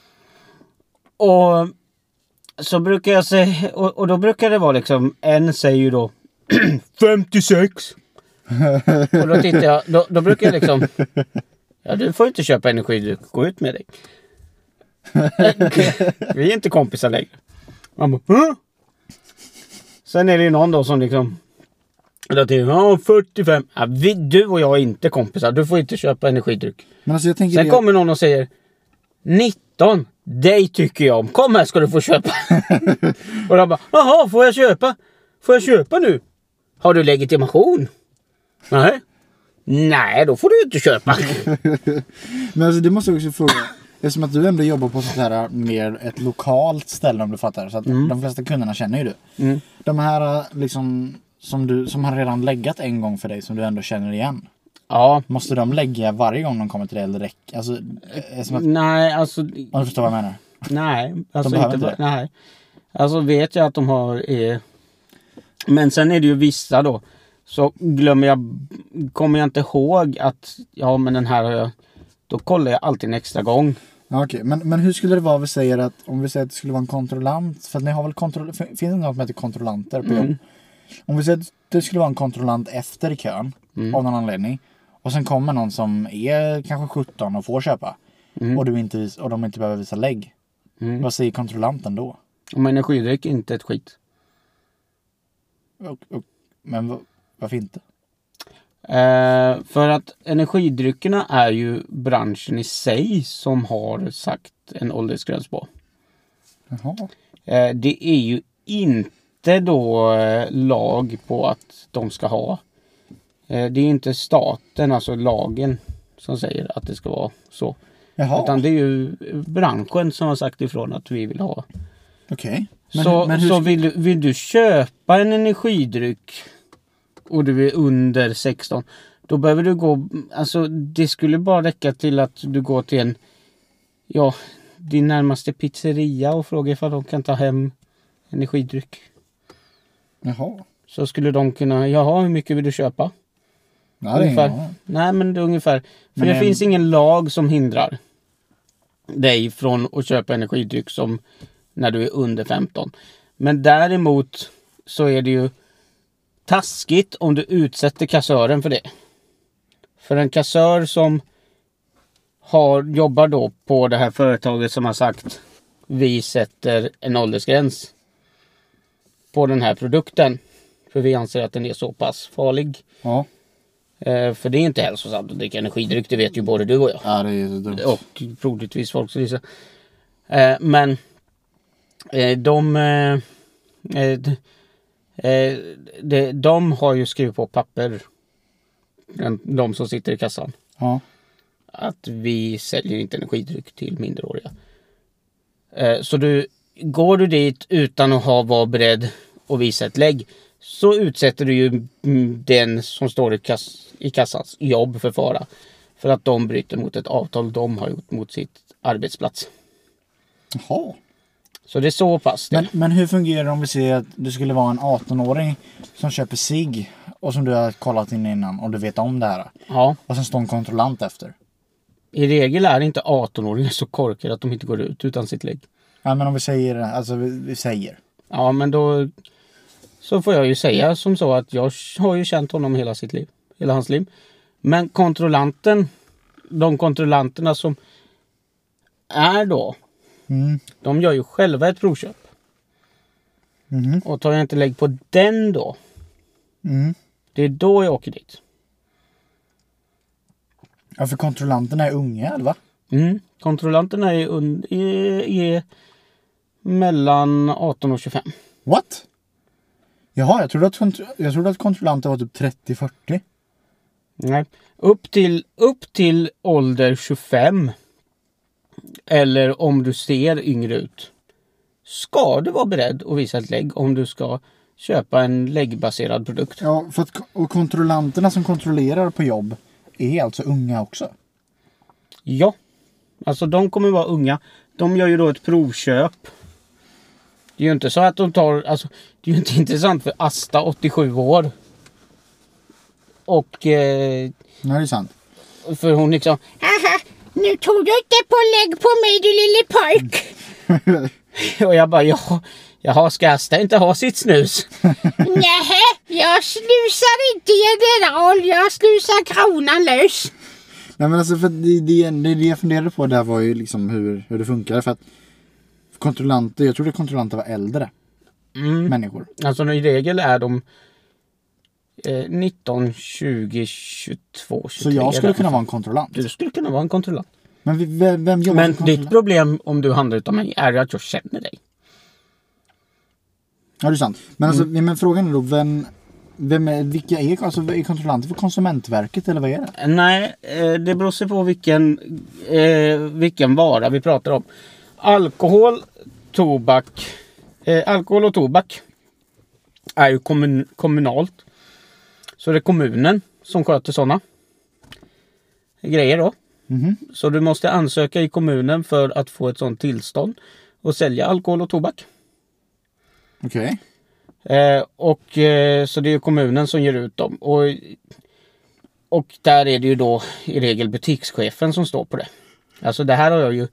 Och så brukar jag säga, och, och då brukar det vara liksom, en säger ju då femtiosex. Och då tittar jag, då, då brukar jag liksom, ja du får inte köpa energidryck, gå ut med dig. Vi är inte kompisar längre. Man bara, huh? Sen är det ju någon då som liksom, då till, ja fyrtiofem, ja, vi, du och jag är inte kompisar, du får inte köpa energidryck. Men alltså jag tänker Sen det... kommer någon och säger nitton, dig tycker jag om. Kom här ska du få köpa. Och de bara, jaha, får jag köpa? Får jag köpa nu? Har du legitimation? Nej. Nej, då får du inte köpa. Men alltså det måste jag också fråga. Eftersom att du ändå jobbar på sånt här mer ett lokalt ställe om du fattar. Så att Mm. de flesta kunderna känner ju du. Mm. De här liksom som du som har redan läggat en gång för dig som du ändå känner igen. Ja. Måste de lägga varje gång de kommer till det eller räcker? Alltså, eftersom att, Nej, alltså. om du förstår vad jag menar. Nej, alltså behöver inte. inte Bara, nej. Alltså vet jag att de har. Eh, men sen är det ju vissa då. Så glömmer jag. Kommer jag inte ihåg att. Ja, men den här har jag. Då kollar jag alltid en extra gång. Ja, okej. Men, men hur skulle det vara om vi säger att om vi säger att det skulle vara en kontrollant, för att ni har väl kontroll, finns det något som heter kontrollanter på jobb? Mm. Om vi säger att det skulle vara en kontrollant efter i kön Mm. av någon anledning och sen kommer någon som är kanske sjutton och får köpa Mm. och, du inte, vis- och de inte behöver visa lägg. Mm. Vad säger kontrollanten då? Om energidryck inte ett skit. Och, och, men va- varför inte? Eh, för att energidryckerna är ju branschen i sig som har sagt en åldersgräns på. Jaha. Eh, det är ju inte då eh, lag på att de ska ha. Eh, det är inte staten, alltså lagen, som säger att det ska vara så. Jaha. Utan det är ju branschen som har sagt ifrån att vi vill ha. Okej. Men Så, hur- men hur så ska- vill, du, vill du köpa en energidryck och du är under sexton, då behöver du gå, alltså det skulle bara räcka till att du går till en, ja, din närmaste pizzeria och frågar ifall de kan ta hem energidryck. Jaha. Så skulle de kunna, jaha, hur mycket vill du köpa? Ja, det är Ungefär. ingen aning. Nej, men det är ungefär. För Men det en- finns ingen lag som hindrar dig från att köpa energidryck som när du är under femton. Men däremot så är det ju taskigt om du utsätter kassören för det. För en kassör som har, jobbar då på det här företaget som har sagt vi sätter en åldersgräns på den här produkten. För vi anser att den är så pass farlig. Ja. Eh, för det är inte hälsosamt att dricka energidryck, det vet ju både du och jag. Ja, det är så dumt. Och troligtvis folk som visar. Eh, men eh, de, eh, eh, d- eh, de, de har ju skrivit på papper, den, de som sitter i kassan, Ja. att vi säljer inte energidryck till minderåriga. Eh, så du, går du dit utan att ha var beredd och visa ett lägg, så utsätter du ju mm, den som står i, kass, i kassans jobb för fara. För att de bryter mot ett avtal de har gjort mot sitt arbetsplats. Jaha. Så det är så pass det. Men, men hur fungerar det om vi säger att du skulle vara en arton-åring som köper cigg och som du har kollat in innan och du vet om det här. Ja, Och sen står en kontrollant efter. i regel är inte arton-åringar så korkade att de inte går ut utan sitt lägg. Ja, men om vi säger, alltså vi, vi säger. Ja, men då så får jag ju säga som så att jag har ju känt honom hela sitt liv. Hela hans liv. Men kontrollanten, de kontrollanterna som är då, Mm. de gör ju själva ett provköp. Mhm. Och tar jag inte lägg på den då, Mm. det är då jag åker dit. Ja, för kontrollanterna är unga, eller va? Mm. Kontrollanterna är, un- är, är Mellan arton och tjugofem. What? Jaha, jag trodde att, kont- jag trodde att kontrollanter var typ trettio till fyrtio. Nej. Upp till, upp till ålder tjugofem. Eller om du ser yngre ut. Ska du vara beredd att visa ett lägg om du ska köpa en läggbaserad produkt. Ja, för att, och kontrollanterna som kontrollerar på jobb är alltså unga också. Ja. Alltså de kommer vara unga. De gör ju då ett provköp. Det är ju inte så att de tar... Alltså, det är ju inte intressant för Asta, åttiosju år. Och... Eh, Nej, det är sant. för hon liksom... Haha, nu tog du inte på lägg på mig, du lille pojk. Och jag bara, ja, jaha, ska Asta inte ha sitt snus? Nej, jag snusar inte general, jag snusar kronan lös. Nej, men alltså för det, det, det, det jag funderade på där var ju liksom hur, hur det funkar. För att kontrollanter, jag trodde kontrollanter var äldre mm. människor. Alltså i regel är de eh, nitton, tjugo, tjugotvå, tjugotre. Så jag skulle kunna vara en kontrollant. Du skulle kunna vara en kontrollant. Men vi, vem, vem jobbar Men som ditt problem om du handlar utav mig är att jag känner dig. Ja, det är sant. Men, alltså, Mm. men frågan är då, vem, vem är, vilka är, alltså, är kontrollanter för Konsumentverket eller vad är det? Nej, eh, det beror sig på vilken, eh, vilken vara vi pratar om. Alkohol, tobak, eh, alkohol och tobak är ju kommun, kommunalt. Så det är kommunen som sköter sådana grejer då. Mhm. Så du måste ansöka i kommunen för att få ett sådant tillstånd och sälja alkohol och tobak. Okej. Eh, och eh, så det är kommunen som ger ut dem. Och, och där är det ju då i regel butikschefen som står på det. Alltså det här har jag ju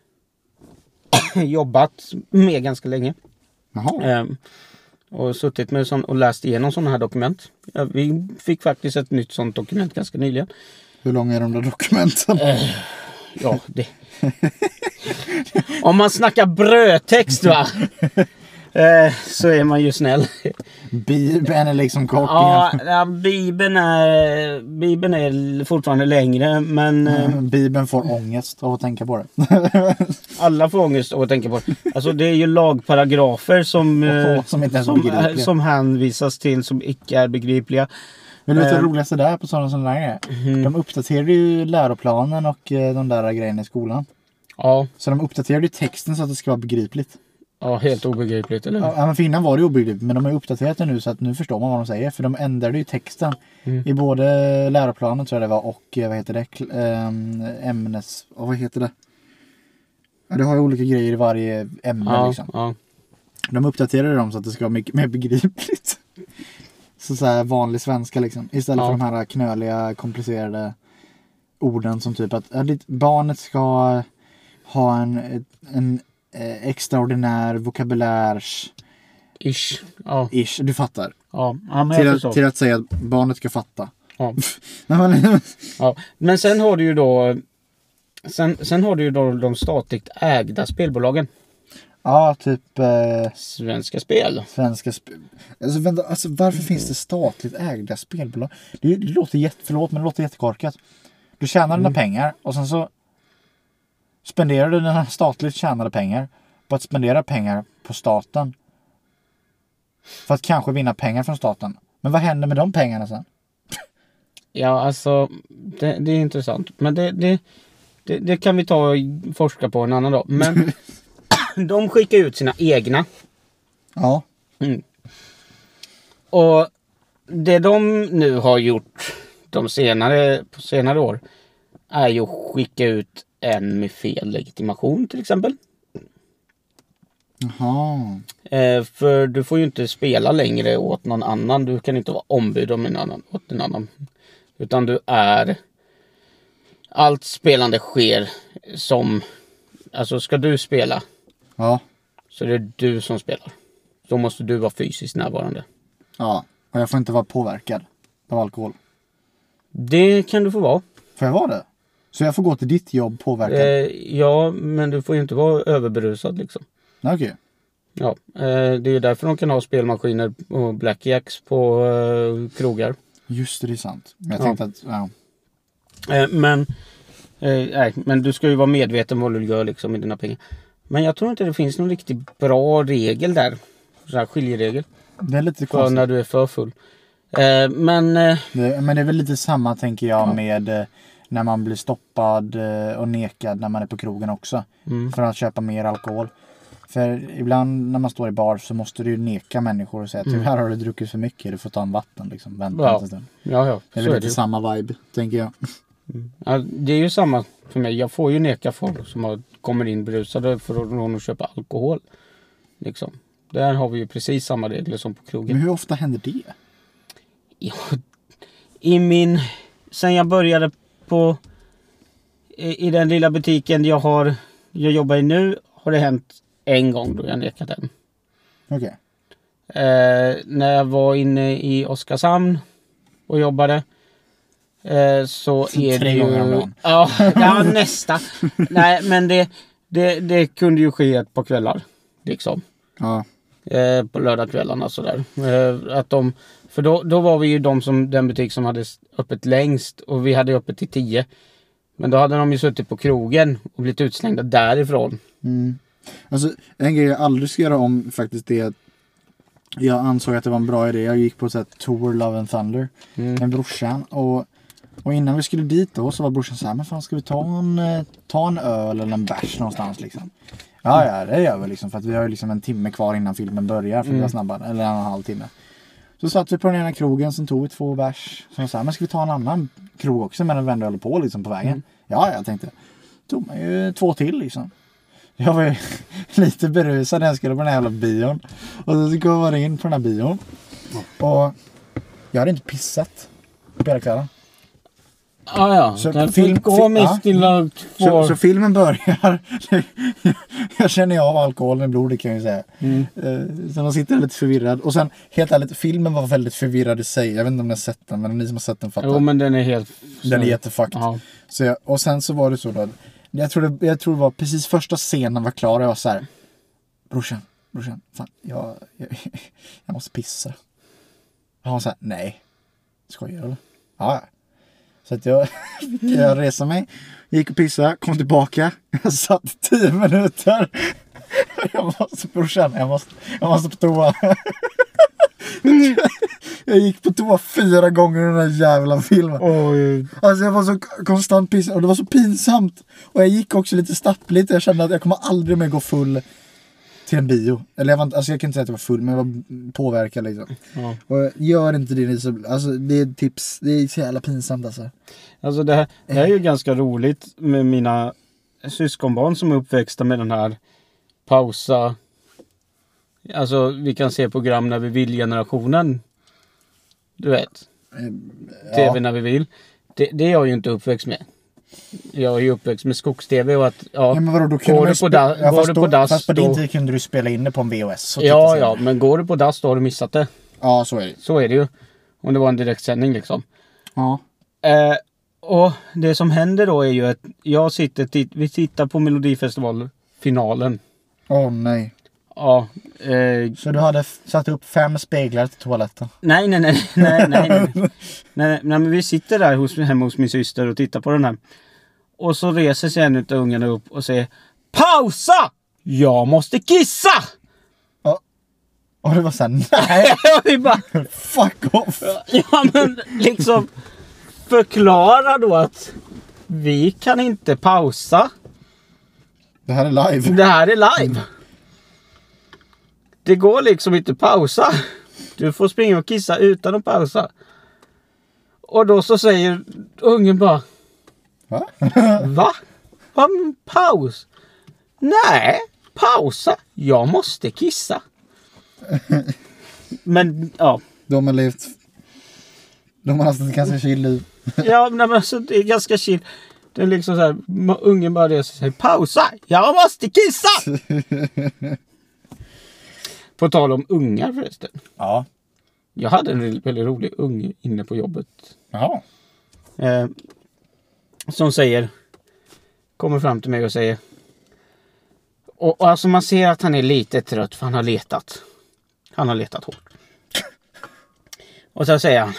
jobbat med ganska länge. Jaha. Eh, och suttit med sån, och läst igenom sådana här dokument. Ja, vi fick faktiskt ett nytt sådant dokument ganska nyligen. Hur långa är de där dokumenten? Eh, ja, det... Om man snackar brödtext va? Eh, så är man ju snäll. Bibeln är liksom kortingen. Ja, ja Bibeln är, Bibeln är fortfarande längre, men eh, Bibeln får ångest av att tänka på det. alla får ångest av att tänka på det. Alltså det är ju lagparagrafer som, eh, som inte ens är som, begripliga. som hänvisas till som icke är begripliga. Men du vet det Eh. roligaste där på sådana sådana där grejer? De uppdaterade ju läroplanen och eh, de där grejerna i skolan. Ja, Så de uppdaterade ju texten så att det ska vara begripligt. ja, helt obegripligt, eller hur? Ja, men för innan var det obegripligt, men de har uppdaterat det nu så att nu förstår man vad de säger. För de ändrade ju texten Mm. i både läroplanen tror jag det var och eh, vad heter det? Kl- ähm, ämnes... Och vad heter det? Ja, det har ju olika grejer i varje ämne Ja, liksom. ja. De uppdaterade dem så att det ska vara mycket mer begripligt. Så, så här vanlig svenska liksom. Istället Ja. för de här knöliga, komplicerade orden som typ att ja, ditt barnet ska ha en, en eh, extraordinär vokabulärs Ish. Ja, ish, du fattar. ja. ja men Till jag att, förstår. till att säga att barnet ska fatta. Ja. Nej, men, Ja. Men sen har du ju då sen, sen har du ju då de statligt ägda spelbolagen. ja, typ eh, Svenska Spel. svenska sp- alltså, vänta, alltså varför finns det statligt ägda spelbolag? Det, det låter jätte, förlåt, men det låter jättekorkat. Du tjänar dina pengar och sen så spenderar du dina statligt tjänade pengar på att spendera pengar på staten. För att kanske vinna pengar från staten. Men vad händer med de pengarna sen? Ja, alltså det, det är intressant. Men det, det, det, det kan vi ta och forska på en annan dag. Men de skickar ut sina egna. Ja. Mm. Och det de nu har gjort de senare, på senare år är ju att skicka ut en med fel legitimation till exempel. Jaha. Eh, för du får ju inte spela längre åt någon annan. Du kan inte vara ombud om en annan, åt en annan. Utan du är... Allt spelande sker som... Alltså ska du spela Ja. så är det du som spelar. Då måste du vara fysiskt närvarande. Ja. Och jag får inte vara påverkad av alkohol. Det kan du få vara. Får jag vara det? Så jag får gå till ditt jobb påverkad? Eh, ja, men du får ju inte vara överberusad liksom. Nej, okej. Ja, eh, det är ju därför de kan ha spelmaskiner och blackjacks på eh, krogar. Just det, det är sant. Men jag Ja. tänkte att... Ja. Eh, men, eh, nej, men du ska ju vara medveten vad du gör liksom med dina pengar. Men jag tror inte det finns någon riktigt bra regel där. Så här skiljeregel. Det är lite För konstigt. när du är för full. Eh, men... Eh, det, men det är väl lite samma tänker jag med eh, när man blir stoppad eh, och nekad när man är på krogen också. Mm. För att köpa mer alkohol. För ibland när man står i bar så måste du ju neka människor och säga att Mm. här har du druckit för mycket, du får ta en vatten liksom. Vänta Ja. en stund. ja, ja. Det är så väl är det lite ju. samma vibe, tänker jag. Ja, det är ju samma för mig. Jag får ju neka folk som har, kommer in brusade för att någon köpa alkohol. Liksom. Där har vi ju precis samma regler som på krogen. Men hur ofta händer det? Ja, i min... Sen jag började på... I, i den lilla butiken jag har... Jag jobbar i nu har det hänt en gång då jag nekat den. Okej. Eh, när jag var inne i Oskarshamn och jobbade. Eh, så, Så är tre det gånger om ju... dagen. Ja, ja nästa. Nej, men det, det, det kunde ju ske ett par kvällar. Liksom. Ja. Eh, på lördagskvällarna sådär. Eh, att de, för då, då var vi ju de som, den butik som hade öppet längst och vi hade öppet till tio. Men då hade de ju suttit på krogen och blivit utslängda därifrån. Mm. Alltså en grej jag aldrig ska göra om faktiskt det är att jag ansåg att det var en bra idé. Jag gick på så här Tour Love and Thunder Mm. med brorsan och, och innan vi skulle dit då så var brorsan så här, men fan ska vi ta en, eh, ta en öl eller en bärs någonstans liksom? Ja, ja, det gör vi liksom för att vi har ju liksom en timme kvar innan filmen börjar för att vi var snabbare, eller en och en halv timme. Så satt vi på den ena krogen som tog vi två bärs. Så sa, men ska vi ta en annan krog också med en vän håller på liksom på vägen? Mm. Ja, jag tänkte. Tog man ju två till liksom. Jag var ju lite berusad när jag skulle på den här jävla bion. Och så kom jag in på den här bion. Och jag hade inte pissat på hela kvällen. Ah, ja, Så den film- fick gå fi- mitt ja. i lag Så, två. så filmen börjar. Jag känner av alkoholen i blodet kan jag ju säga. Mm. Uh, så man sitter lite förvirrad. Och sen, helt ärligt, filmen var väldigt förvirrad i sig. Jag vet inte om ni har sett den, men ni som har sett den fattar. Jo, men den är helt... Den är jättefucked. Ja. Så jag, och sen så var det så då. Jag tror det, jag tror det var precis första scenen var klar och jag var så här. Brorsan, brorsan, fan, jag, jag, jag måste pissa. Och han sa nej. Skojar eller? Ja, ja. Så att jag, jag reser mig, gick och pissade, kom tillbaka. Jag satt i tio minuter. Jag måste, brorsan, jag måste, jag måste på toa. Jag gick på toa fyra gånger i den här jävla filmen. Oj. Alltså jag var så konstant piss och det var så pinsamt. Och jag gick också lite stappligt. Jag kände att jag kommer aldrig mer gå full till en bio. Eller jag var inte, alltså jag kan inte säga att jag var full, men jag var påverkad liksom. Ja. Och gör inte det, ni så, alltså det är ett tips. Det är så jävla pinsamt alltså. Alltså det här, det här är ju ganska roligt med mina syskonbarn som är uppväxta med den här pausa. Alltså vi kan se program när vi vill generationen. Du vet. Ja. T V när vi vill. Det, det är jag ju inte uppväxt med. Jag är ju uppväxt med skogs-T V och att ja. Ja, men vadå, då går kunde man du ju på spe- da- ja, går fast du då- på dass Fast på din då- tid kunde du spela in det på en V H S. och titta Ja, sen. ja, men går du på dass då har du missat det. Ja, så är det. Så är det ju. Om det var en direktsändning liksom. Ja. Eh, och det som händer då är ju att jag sitter, tit- vi tittar på Melodifestivalfinalen. Åh nej. Ja. Eh, Så du hade f- satt upp fem speglar till toaletten? nej, nej, nej, nej, nej, nej, nej, nej, nej, men vi sitter där hos, hemma hos min syster och tittar på den här. Och så reser sig en utav ungarna upp och säger pausa! Jag måste kissa! Och det var såhär, nej, vi bara, fuck off. ja men liksom förklara då att vi kan inte pausa. Det här är live. Det här är live. Det går liksom inte pausa. Du får springa och kissa utan att pausa. Och då så säger ungen bara, Va? va? Vad paus? Nej, pausa. Jag måste kissa. Men ja. De har levt... De har haft ett ganska chill liv. Ja, men alltså, det är ganska chill. Det är liksom så här, ungen bara reser sig. Pausa! Jag måste kissa! På tal om ungar förresten. Ja. Jag hade en väldigt, väldigt rolig unge inne på jobbet. Jaha. Eh, som säger, kommer fram till mig och säger. Och, och alltså man ser att han är lite trött för han har letat. Han har letat hårt. Och så säger han.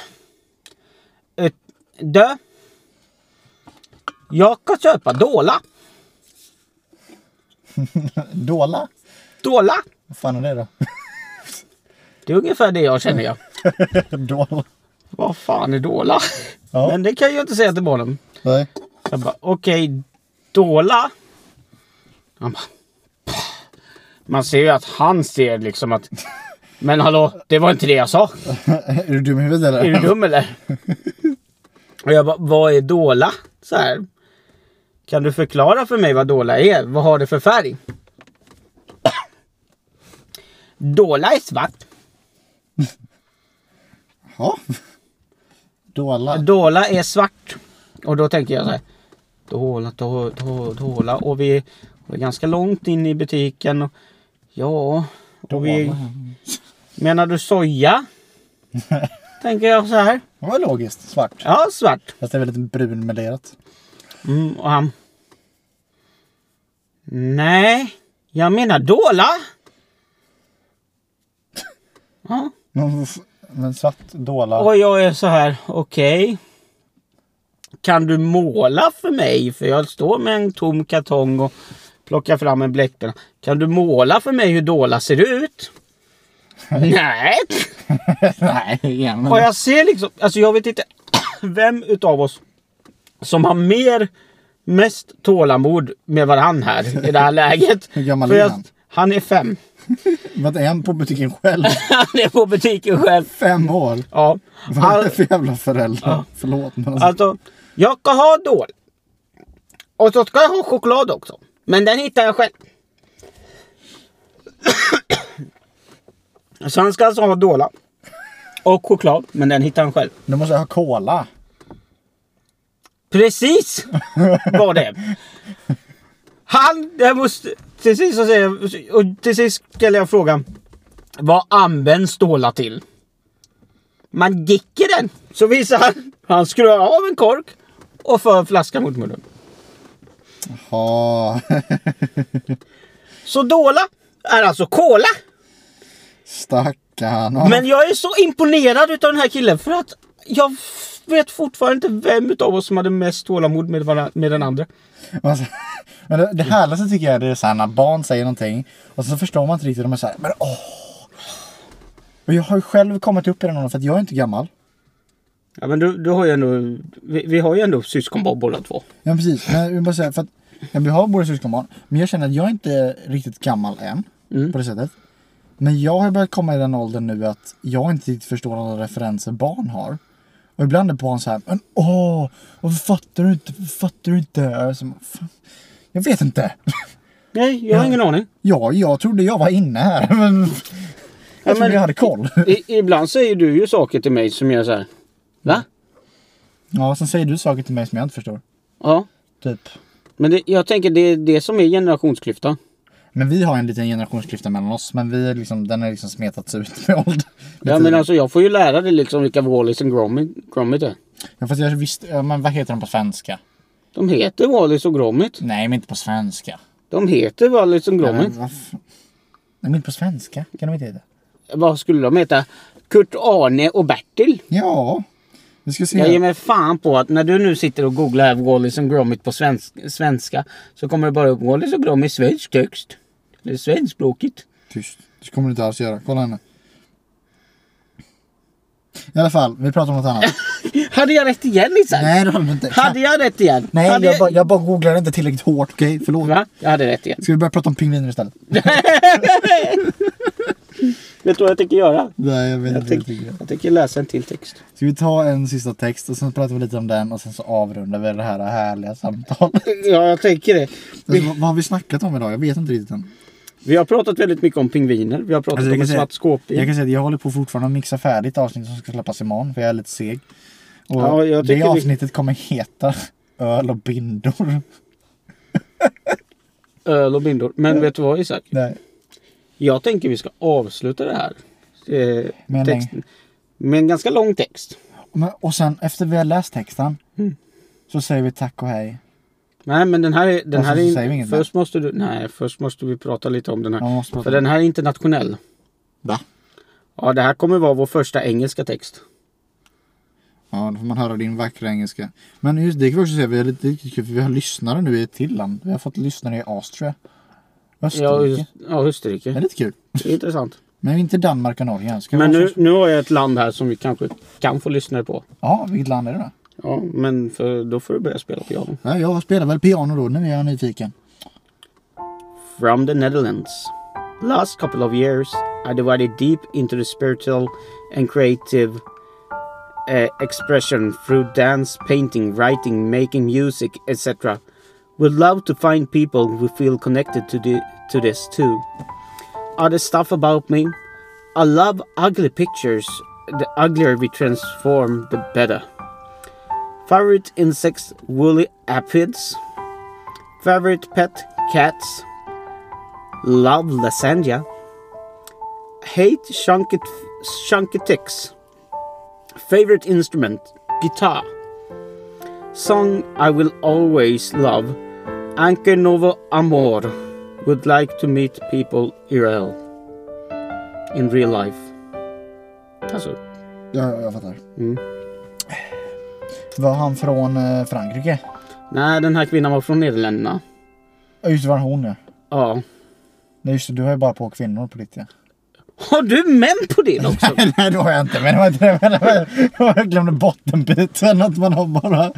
Dö. Jag kan köpa Dola. Dåla? Dåla? Vad fan är det då? Det är ungefär det jag känner jag. Dåla. Vad fan är dåla? Ja. Men det kan jag ju inte säga till barnen. Nej. Jag bara, okej, okay, dåla. Han bara, man ser ju att han ser liksom att, men hallå, det var inte det jag sa. Är du dum i huvudet eller? Är du dum eller? Och jag bara, vad är dåla? Så här. Kan du förklara för mig vad dåla är? Vad har det för färg? Dåla är svart. Ja. Dåla. Dåla är svart. Och då tänker jag så här. Dåla, dåla, dåla, dåla. Och vi är ganska långt in i butiken. Och, ja. Och vi, menar du soja? Tänker jag så här. Det var logiskt. Svart. Ja, svart. Fast det är väldigt brunmelerat. Mm, och han. Nej, jag menar dåla. Ja. Men svart dåla. Och jag är så här, okej. Okay. Kan du måla för mig? För jag står med en tom kartong och plockar fram en bläckpenna. Kan du måla för mig hur dåla ser ut? Nej. Nej, igen. Och jag ser liksom, alltså jag vet inte vem utav oss som har mer, mest tålamod med varann här i det här läget. Hur gammal för är jag, han? Han är fem. Vad är han på butiken själv? Han är på butiken själv. Fem år? Ja. Vad är det för jävla föräldrar? Ja. Förlåt. Men alltså. Alltså, jag ska ha dål. Och så ska jag ha choklad också. Men den hittar jag själv. Så han ska alltså ha dåla. Och choklad. Men den hittar han själv. Du måste ha cola. Precis vad det är. Han, jag måste till sist så säga, och till sist skulle jag fråga. Vad används dåla till? Man gicker den. Så visar han. Han skruvar av en kork. Och för flaskan mot munnen. Ja. Så dåla är alltså cola. Stackarn. Men jag är så imponerad utav den här killen. För att jag vet fortfarande inte vem utav oss som hade mest tålamod med, varandra, med den andra. Alltså, men det, det härligaste tycker jag är, det är så här när barn säger någonting. Och så förstår man inte riktigt. De är så här, men åh. Och jag har ju själv kommit upp i den åldern för att jag är inte gammal. Ja, men du, du har ju ändå, vi, vi har ju ändå syskonbarn båda två. Ja, precis. Men jag vill bara säga, för att ja, vi har båda syskonbarn. Men jag känner att jag är inte riktigt gammal än. Mm. På det sättet. Men jag har börjat komma i den åldern nu att jag inte riktigt förstår alla referenser barn har. Och ibland är barn så här, men åh, varför fattar du inte, fattar du inte? Alltså, jag vet inte. Nej, jag har ja, ingen aning. Ja, jag trodde jag var inne här. Men jag ja, trodde men, jag hade koll. I, ibland säger du ju saker till mig som jag så här, va? Ja, sen säger du saker till mig som jag inte förstår. Ja. Typ. Men det, jag tänker det är det som är generationsklyfta. Men vi har en liten generationsklyfta mellan oss. Men vi är liksom, den är liksom smetats ut med ålder. Ja, men alltså jag får ju lära dig liksom vilka Wallis och Gromit, Gromit är. Ja, fast jag visste, ja, men vad heter de på svenska? De heter Wallis och Gromit. Nej, men inte på svenska. De heter Wallis och Gromit. Ja, nej, men inte på svenska kan de inte heta. Vad skulle de heta? Kurt, Arne och Bertil? Ja. Vi ska se. Jag ger mig fan på att när du nu sitter och googlar här Wallis och Gromit på svensk, svenska så kommer det bara upp Wallis och Gromit svensk text. Det är svenskspråkigt. Tyst. Det kommer du inte alls göra. Kolla henne. I alla fall, vi pratar om något annat. Hade jag rätt igen Isak? Nej, det hade du inte. Hade jag rätt igen? Nej, hade jag, jag... Bara, jag bara googlade inte tillräckligt hårt, okej? Okay? Förlåt. Va? Jag hade rätt igen. Ska vi börja prata om pingviner istället? Vet du vad jag tänker göra? Nej, jag vet jag inte tänk, vad jag tänker. Jag tänker läsa en till text. Ska vi ta en sista text och sen pratar vi lite om den och sen så avrundar vi det här härliga samtalet. Ja, jag tänker det. Vi... Alltså, vad har vi snackat om idag? Jag vet inte riktigt än. Vi har pratat väldigt mycket om pingviner. Vi har pratat alltså, om en svart skåpbil. Jag kan säga att jag håller på fortfarande att mixa färdigt avsnitt som ska släppas imorgon. För jag är lite seg. Och ja, jag det avsnittet vi... kommer heta öl och bindor. Öl och bindor. Men ja. Vet du vad Isak? Nej. Jag tänker vi ska avsluta det här. Eh, med, texten. Med en ganska lång text. Men, och sen efter vi har läst texten. Mm. Så säger vi tack och hej. Nej, men den här är... Den här är först där. måste du... Nej, först måste vi prata lite om den här. För prata. den här är internationell. Va? Ja, det här kommer vara vår första engelska text. Ja, då får man höra din vackra engelska. Men just det kan vi också säga, vi har lite kul för vi har lyssnare nu i ett till land. Vi har fått lyssnare i Austria. Österrike. Ja, ja, Österrike. Det är lite kul. Det är intressant. Men inte Danmark och Norge. Ska Men vi nu, också- nu har jag ett land här som vi kanske kan få lyssna på. Ja, vilket land är det då? Ja, men för, då får du börja spela piano. Ja, jag spelar väl piano då, nu är jag nyfiken. From the Netherlands. Last couple of years, I divided deep into the spiritual and creative uh, expression through dance, painting, writing, making music, et cetera. Would love to find people who feel connected to the to this too. Other stuff about me. I love ugly pictures. The uglier we transform, the better. Favorite insects, woolly aphids. Favorite pet, cats. Love lasagna. Hate chunky, chunky ticks. Favorite instrument, guitar. Song I will always love. Anche Novo Amor. Would like to meet people I R L. In real life. Alltså. Ja, jag fattar. Mm. Var han från eh, Frankrike? Nej, den här kvinnan var från Nederländerna. Ja, just det, var hon ja. Ja. Nej, just det, du har ju bara på kvinnor på ditt ja. Har du män på din också? Nej, det har jag inte. Men det var inte det. Men det var, jag glömde bottenbiten. Att man har bara...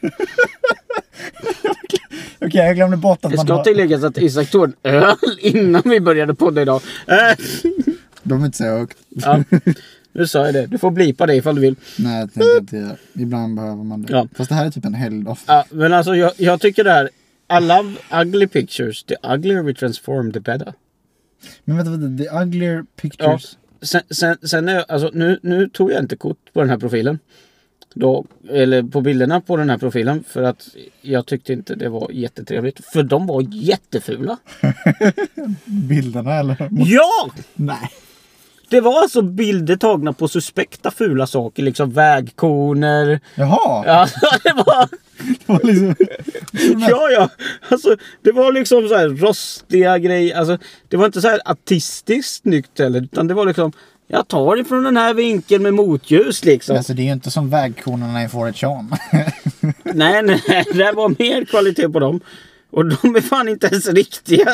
Okej, okay, jag glömde bort att Det man ska har... tilläggas att Isak tog en öl innan vi började podda idag. Äh. De är inte så högt. Ja, nu sa jag det. Du får blipa det ifall du vill. Nej, jag tänker inte göra. Ibland behöver man det. Ja. Fast det här är typ en helgdag. Ja, men alltså jag, jag tycker det här. I love ugly pictures. The uglier we transform, the better. Men vänta, vänta. The uglier pictures. Ja. Sen, sen, sen är, alltså, nu, nu tog jag inte kort på den här profilen. Då, eller på bilderna på den här profilen. För att jag tyckte inte det var jättetrevligt. För de var jättefula. Bilderna eller? Ja! Nej. Det var alltså bilder tagna på suspekta fula saker. Liksom vägkoner. Jaha. Ja, det var... Det var liksom... Ja, ja. Alltså, det var liksom så här rostiga grejer. Alltså, det var inte så här artistiskt snyggt heller. Utan det var liksom... Jag tar ifrån den här vinkeln med motljus liksom. Alltså det är ju inte som vägkonerna i Forrest Chan. Nej, nej. Det var mer kvalitet på dem. Och de är fan inte ens riktiga.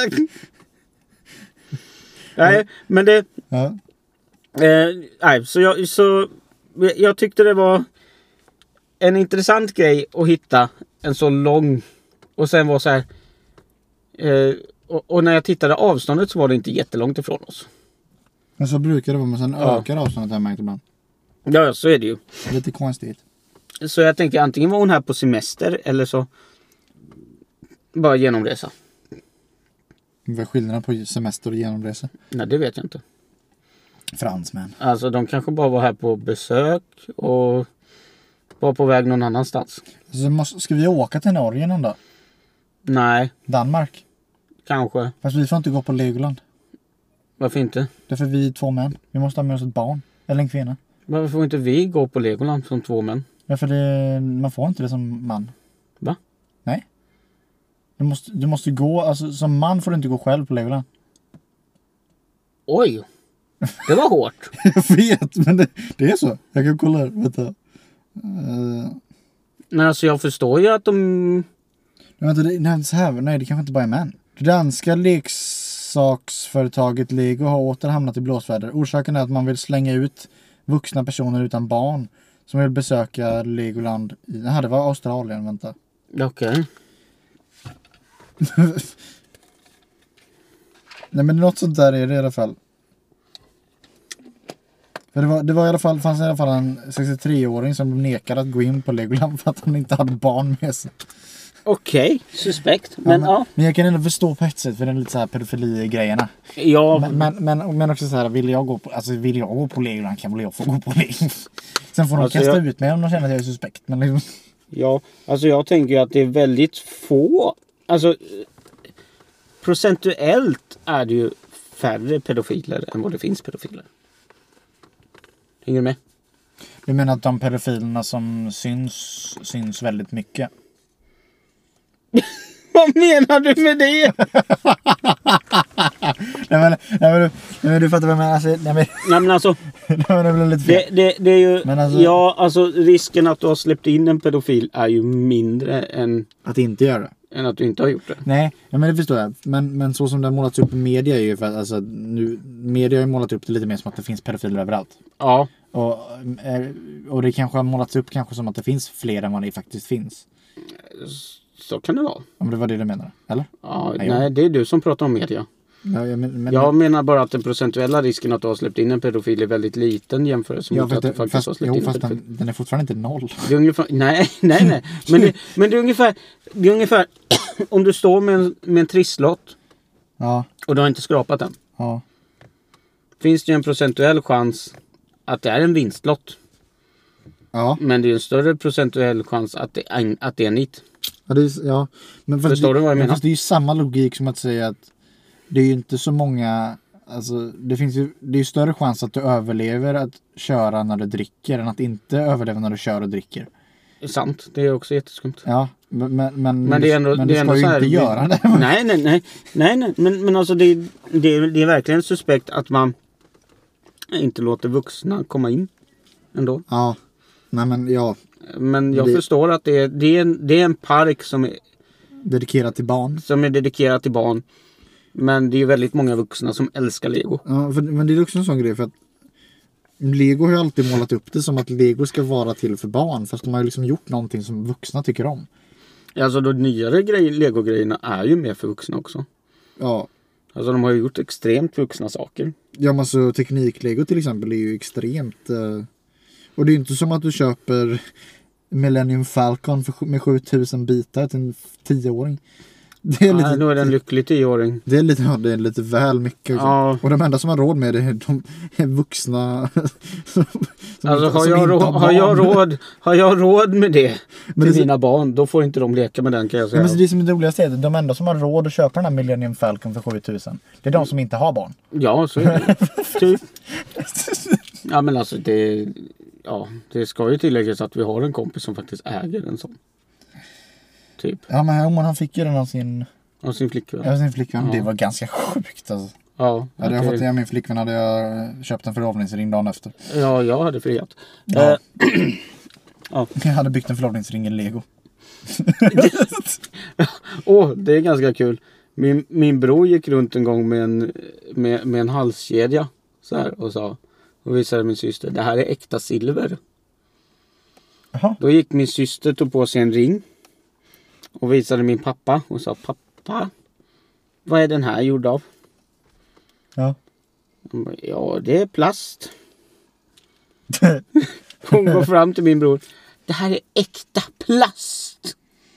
Nej, men det... Ja. Eh, nej, så jag, så jag tyckte det var en intressant grej att hitta en så lång och sen var så här eh, och, och när jag tittade avståndet så var det inte jättelångt ifrån oss. Men så brukar det vara, men sen Ja. ökar avståndet här märkt ibland. Ja, så är det ju. Lite konstigt. Så jag tänkte antingen var hon här på semester eller så bara genomresa. Vad är skillnaden på semester och genomresa? Nej, det vet jag inte. Fransmän. Alltså de kanske bara var här på besök och var på väg någon annanstans. Så måste, ska vi åka till Norge någon dag? Nej, Danmark? kanske. Fast vi får inte gå på Legoland. Varför inte? Därför vi är två män. Vi måste ha med oss ett barn. Eller en kvinna. Varför får inte vi gå på Legoland som två män? Därför det, man får inte det som man. Va? Nej. Du måste, du måste gå, alltså som man får du inte gå själv på Legoland. Oj! Det var hårt. Jag vet, men det, det är så. Jag kan kolla här, vänta. Uh, Men alltså jag förstår ju att de... nej, vänta, det, nej, så här, nej, det kanske inte bara är män. Det danska leksaksföretaget Lego har åter hamnat i blåsväder. Orsaken är att man vill slänga ut vuxna personer utan barn som vill besöka Legoland. Nej, det var Australien, vänta. Okej. Okay. Nej, men något sånt där är det i alla fall. För det var, det var i alla fall, fanns i alla fall en sextiotre-åring som nekade att gå in på Legoland för att han inte hade barn med sig. Okej, okay. Suspekt. Men ja, men, ja. Men jag kan ändå förstå på ett sätt för det är lite så här pedofili-grejerna. Ja. Men, men, men, men också så här, vill jag gå på, alltså vill jag gå på Legoland kan väl jag få gå på Legoland. Sen får de alltså kasta jag... ut mig om de känner att jag är suspekt. Men liksom... Ja, alltså jag tänker ju att det är väldigt få. Alltså procentuellt är det ju färre pedofiler än vad det finns pedofiler. Hänger du med? Du menar att de pedofilerna som syns, syns väldigt mycket? Vad menar du med det? nej, men, nej, men, du, nej men du fattar vad jag menar. Alltså, nej, men, nej men alltså. nej, men det blir lite fel. Det, det, det är ju. Men alltså, ja, alltså risken att du har släppt in en pedofil är ju mindre än. Att inte göra det? än att du inte har gjort det. Nej, ja, men det förstår jag. Men, men så som det har målats upp i media är ju för att alltså, nu, media har ju målat upp det lite mer som att det finns pedofiler överallt. Ja. Och, eh, och det kanske har målats upp kanske som att det finns fler än vad det faktiskt finns. Så kan det vara. Om det var det du menar, eller? Ja, nej, nej, det är du som pratar om media. Ja, jag, men, men, Jag menar bara att den procentuella risken att du har släppt in en pedofil är väldigt liten jämfört med att du faktiskt fast, har släppt jo, in en fast pedofil. den, den är fortfarande inte noll. Det är ungefär, nej, nej, nej. Men det, men det är ungefär, det är ungefär om du står med en, med en trisslott Ja, och du har inte skrapat den. ja. Finns det ju en procentuell chans att det är en vinstlott. Ja, Men det är en större procentuell chans att det är, att det är en nit. ja, det är, ja. Men fast Förstår det, du vad jag men menar? Fast det är ju samma logik som att säga att det är ju inte så många, alltså det finns ju, det är ju större chans att du överlever att köra när du dricker än att inte överleva när du kör och dricker. Det är sant, det är också jätteskumt. Ja, men, men, men, Men det är ändå, men det du är ska ändå ju så här, inte göra det. Nej, nej, nej. nej, nej. Men, men alltså det, det, det är verkligen suspekt att man inte låter vuxna komma in ändå. Ja, nej men ja, Men jag Det- förstår att det är, det, är en, det är en park som är, dedikerat till barn. som är dedikerad till barn. Men det är väldigt många vuxna som älskar Lego. Ja, för, men det är också en sån grej för att Lego har ju alltid målat upp det som att Lego ska vara till för barn. Fast de har ju liksom gjort någonting som vuxna tycker om. Alltså de nyare grej, Lego-grejerna är ju mer för vuxna också. Ja, Alltså de har ju gjort extremt vuxna saker. ja men alltså teknik-Lego till exempel är ju extremt... Eh, och det är ju inte som att du köper Millennium Falcon för, med sjutusen bitar till en tioåring. Det är Nej, lite... då är det en lycklig tioåring. Det är lite, ja, det är lite väl mycket. Ja. Och de enda som har råd med det är de är vuxna. som Alltså inte- har som jag, inte råd, har har, jag barn. råd, har jag råd med det Men till det- mina barn, då får inte de leka med den kan jag Ja, säga. men det som är det roligaste är att de enda som har råd att köpa den här Millennium Falcon för sjutusen, det är de som inte har barn. Ja, så är det. Typ. Ja, men alltså det... Ja, det ska ju tilläggas att vi har en kompis som faktiskt äger en sån. Typ. Ja men Herman, han fick ju den av sin, Av sin flickvän. av sin flickvän. Ja. Det var ganska sjukt alltså. Ja, Hade jag okej. fått det av min flickvän hade jag köpt en förlovningsring dagen efter. Ja, jag hade friat. Ja. Eh, Jag hade byggt en förlovningsring i Lego. Åh, oh, det är ganska kul. Min, min bror gick runt en gång med en, med, med en halskedja. Så här, och sa... Och visade min syster, det här är äkta silver. Jaha. Då gick min syster, tog på sig en ring. Och visade min pappa. Och sa, pappa. Vad är den här gjord av? Ja. Han bara, ja, det är plast. Hon går fram till min bror. Det här är äkta plast.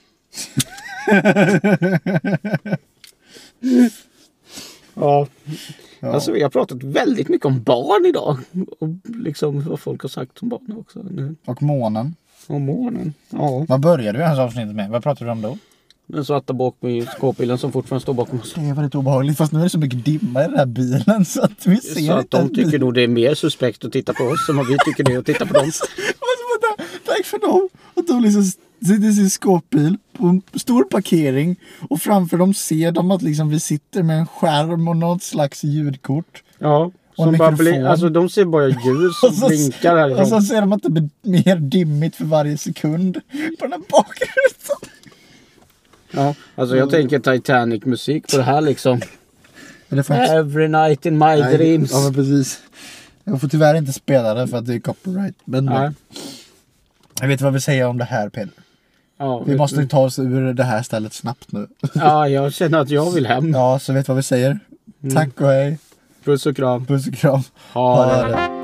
Ja. Ja. Alltså vi har pratat väldigt mycket om barn idag. Och liksom vad folk har sagt om barn också nu. Och månen. Om månen. Ja. Vad började vi ens avsnittet med? Vad pratade vi om då? Den svarta bak i skåpbilen som fortfarande står bakom oss. Det är väldigt obehagligt fast nu är det så mycket dimma i den här bilen så att vi ser Så att inte de ens tycker bilen. nog det är mer suspekt att titta på oss än vad vi tycker det är att titta på dem. Alltså, vänta, tack för dem. Att de liksom sitter i sin skåpbil på en stor parkering och framför dem ser de att liksom vi sitter med en skärm och något slags ljudkort. Ja. Och Som bara mikrofon. blir, alltså de ser bara ljus Och som så, blinkar härifrån. och så ser de att det blir mer dimmigt för varje sekund på den här bakgrunden. Ja, alltså jag tänker Titanic-musik på det här liksom. Men det är faktiskt... Every night in my Nej, dreams. Ja, men precis. Jag får tyvärr inte spela det för att det är copyright. Men Nej. jag vet vad vi säger om det här, Peder. Ja, Vi vet måste du. ta oss ur det här stället snabbt nu. Ja, jag känner att jag vill hem. Ja, så vet vad vi säger. Mm. Tack och hej. Puss och kram. Puss och kram. Ha det. det.